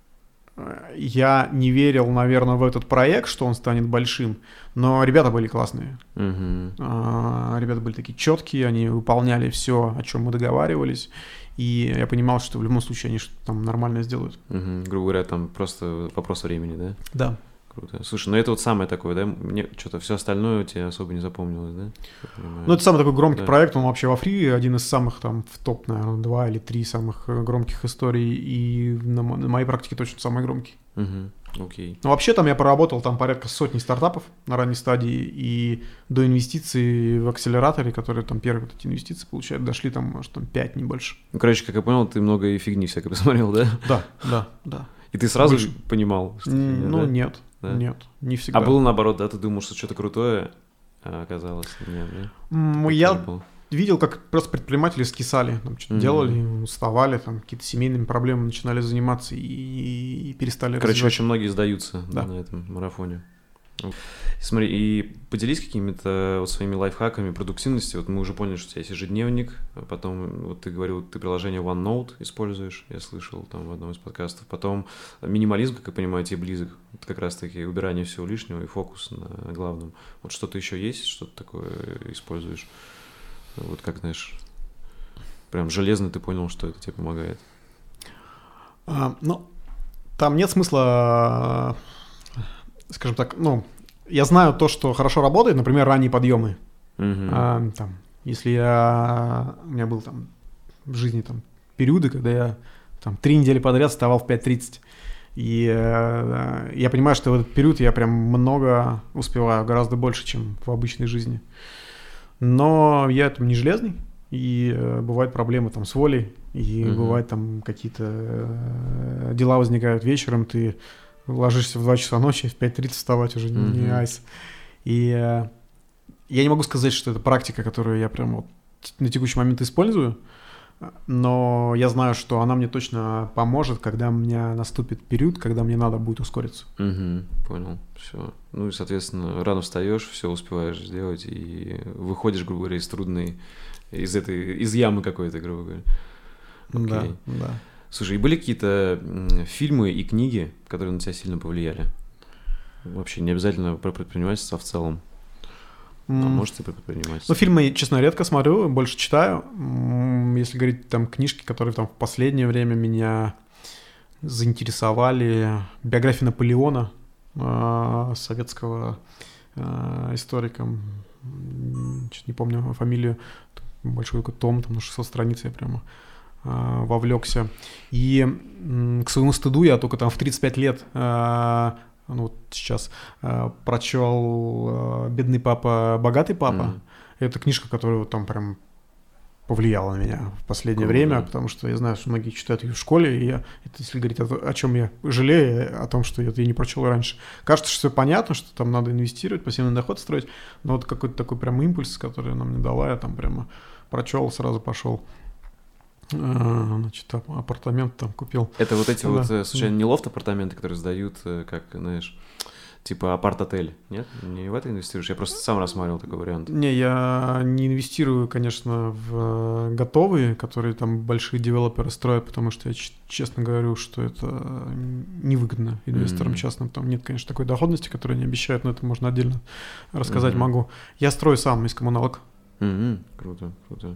я не верил, наверное, в этот проект, что он станет большим, но ребята были классные. Ребята были такие четкие, они выполняли все, о чем мы договаривались, и я понимал, что в любом случае они что-то там нормально сделают. Грубо говоря, там просто вопрос времени, да? Да. Круто. Слушай, ну это вот самое такое, да? Мне что-то все остальное у тебя особо не запомнилось, да? Ну это самый такой громкий проект, он вообще во фри один из самых там в топ, наверное, 2 или 3 самых громких историй, и на моей практике точно самый громкий. Окей. Ну вообще там я проработал там порядка сотни стартапов на ранней стадии, и до инвестиций в акселераторе, которые там первые вот эти инвестиции получают, дошли там, может, там 5, не больше. Ну, короче, как я понял, ты много и фигни всякой посмотрел, да? Да. И ты сразу понимал, что фигня, ну, да? Нет, да? Нет, не всегда. А было наоборот, да? Ты думал, что что-то крутое, а оказалось нет, да? Я видел, как просто предприниматели скисали, там, что-то делали, уставали, там, какие-то семейными проблемами начинали заниматься и перестали Короче, очень многие сдаются на этом марафоне. Смотри, и поделись какими-то вот своими лайфхаками продуктивности. Вот мы уже поняли, что у тебя есть ежедневник, потом вот ты говорил, ты приложение OneNote используешь, я слышал там в одном из подкастов. Потом минимализм, как я понимаю, тебе близок. Это как раз-таки убирание всего лишнего и фокус на главном. Вот что-то еще есть, что-то такое используешь? Вот как, знаешь, прям железно ты понял, что это тебе помогает? Ну, там нет смысла... Скажем так, ну, я знаю то, что хорошо работает, например, ранние подъемы. Там, если у меня был там в жизни там периоды, когда я там 3 недели подряд вставал в 5:30. И я понимаю, что в этот период я прям много успеваю, гораздо больше, чем в обычной жизни. Но я там не железный, и бывают проблемы там с волей, и бывают там какие-то дела возникают вечером, ты ложишься в 2 часа ночи, в 5:30 вставать уже не айс. И я не могу сказать, что это практика, которую я прям вот на текущий момент использую, но я знаю, что она мне точно поможет, когда у меня наступит период, когда мне надо будет ускориться. Понял, все. Ну и, соответственно, рано встаешь, все успеваешь сделать и выходишь, грубо говоря, из ямы какой-то, грубо говоря. Okay. Да. Слушай, и были какие-то фильмы и книги, которые на тебя сильно повлияли? Вообще не обязательно про предпринимательство, а в целом. Может, и про предпринимательство. Ну, фильмы, честно, редко смотрю, больше читаю. Если говорить там книжки, которые там в последнее время меня заинтересовали. Биография Наполеона, советского историка. Честно, не помню фамилию. Большой такой том, там на 600 страниц я прямо... вовлекся. И к своему стыду я только там в 35 лет, ну вот сейчас, прочел «Бедный папа, богатый папа». Это книжка, которая вот там прям повлияла на меня в последнее время, потому что я знаю, что многие читают ее в школе, и это, если говорить о чем я жалею, о том, что я не прочел раньше. Кажется, что все понятно, что там надо инвестировать, пассивный доход строить, но вот какой-то такой прям импульс, который она мне дала, я там прямо прочел, сразу пошел. Значит, апартамент там купил. Это вот эти вот, случайно, не лофт-апартаменты, которые сдают, как, знаешь, типа апарт-отель, нет? Не в это инвестируешь? Я просто сам рассматривал такой вариант. Не, я не инвестирую, конечно, в готовые, которые там большие девелоперы строят, потому что я честно говорю, что это невыгодно инвесторам частным. Там нет, конечно, такой доходности, которую они обещают, но это можно отдельно рассказать могу. Я строю сам из коммуналок. Круто, круто.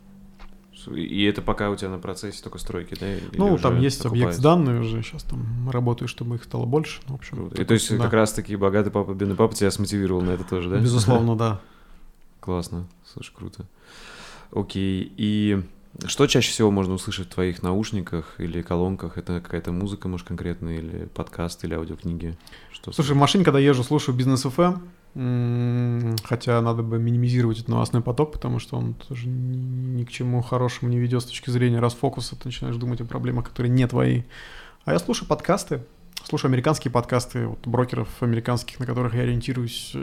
И это пока у тебя на процессе только стройки, да? Ну, там есть объект данные уже, сейчас там работаю, чтобы их стало больше. Ну, в общем, и то есть как раз-таки богатый папа, бедный папа тебя смотивировал на это тоже, да? Безусловно, да. Классно, слушай, круто. Окей, и что чаще всего можно услышать в твоих наушниках или колонках? Это какая-то музыка, может, конкретная, или подкаст, или аудиокниги? Слушай, в машине, когда езжу, слушаю Бизнес FM. Хотя надо бы минимизировать этот новостной поток, потому что он тоже ни к чему хорошему не ведет с точки зрения расфокуса. Ты начинаешь думать о проблемах, которые не твои. А я слушаю подкасты, слушаю американские подкасты, вот, брокеров американских, на которых я ориентируюсь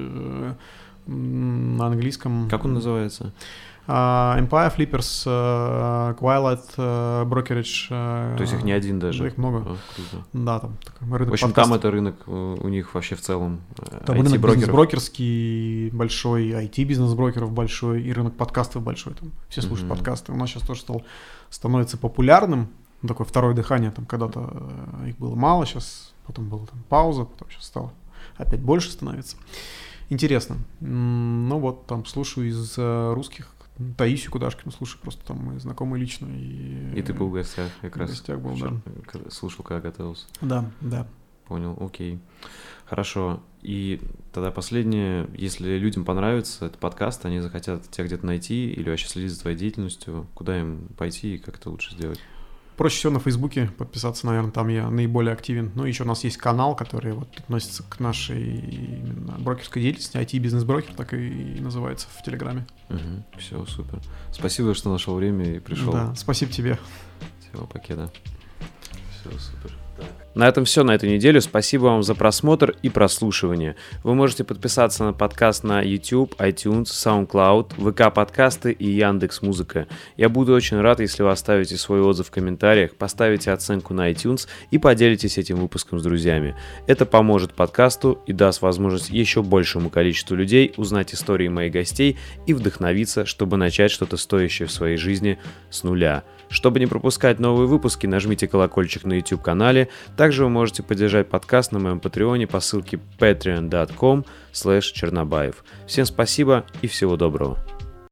на английском. Как он называется? Empire, Flippers, Quilight, Brokerage. То есть их не один даже? Их много. Круто. Да, там такой рынок. В общем, подкастов. там это рынок у них вообще в целом. Там рынок бизнес-брокерский большой, IT-бизнес-брокеров большой, и рынок подкастов большой. Там все слушают подкасты. У нас сейчас тоже становится популярным. Такое второе дыхание. Там когда-то их было мало, сейчас потом была там пауза, потом сейчас стало опять больше становится. Интересно. Ну вот, там слушаю из русских. Таисию Кудашкину слушаю, просто там мы знакомы лично. И ты был в гостях как раз? В гостях был, да. Слушал, когда готовился? Да. Понял, окей. Хорошо. И тогда последнее, если людям понравится этот подкаст, они захотят тебя где-то найти или вообще следить за твоей деятельностью, куда им пойти и как это лучше сделать? Проще всего на Фейсбуке подписаться, наверное, там я наиболее активен. Ну, еще у нас есть канал, который вот относится к нашей именно брокерской деятельности, IT-бизнес-брокер, так и называется в Телеграме. Все, супер. Спасибо, что нашел время и пришел. Да, спасибо тебе. Всего пакета. Все, супер. На этом все на эту неделю. Спасибо вам за просмотр и прослушивание. Вы можете подписаться на подкаст на YouTube, iTunes, SoundCloud, ВК-подкасты и Яндекс.Музыка. Я буду очень рад, если вы оставите свой отзыв в комментариях, поставите оценку на iTunes и поделитесь этим выпуском с друзьями. Это поможет подкасту и даст возможность еще большему количеству людей узнать истории моих гостей и вдохновиться, чтобы начать что-то стоящее в своей жизни с нуля. Чтобы не пропускать новые выпуски, нажмите колокольчик на YouTube-канале. Также вы можете поддержать подкаст на моем патреоне по ссылке patreon.com/Чернобаев. Всем спасибо и всего доброго.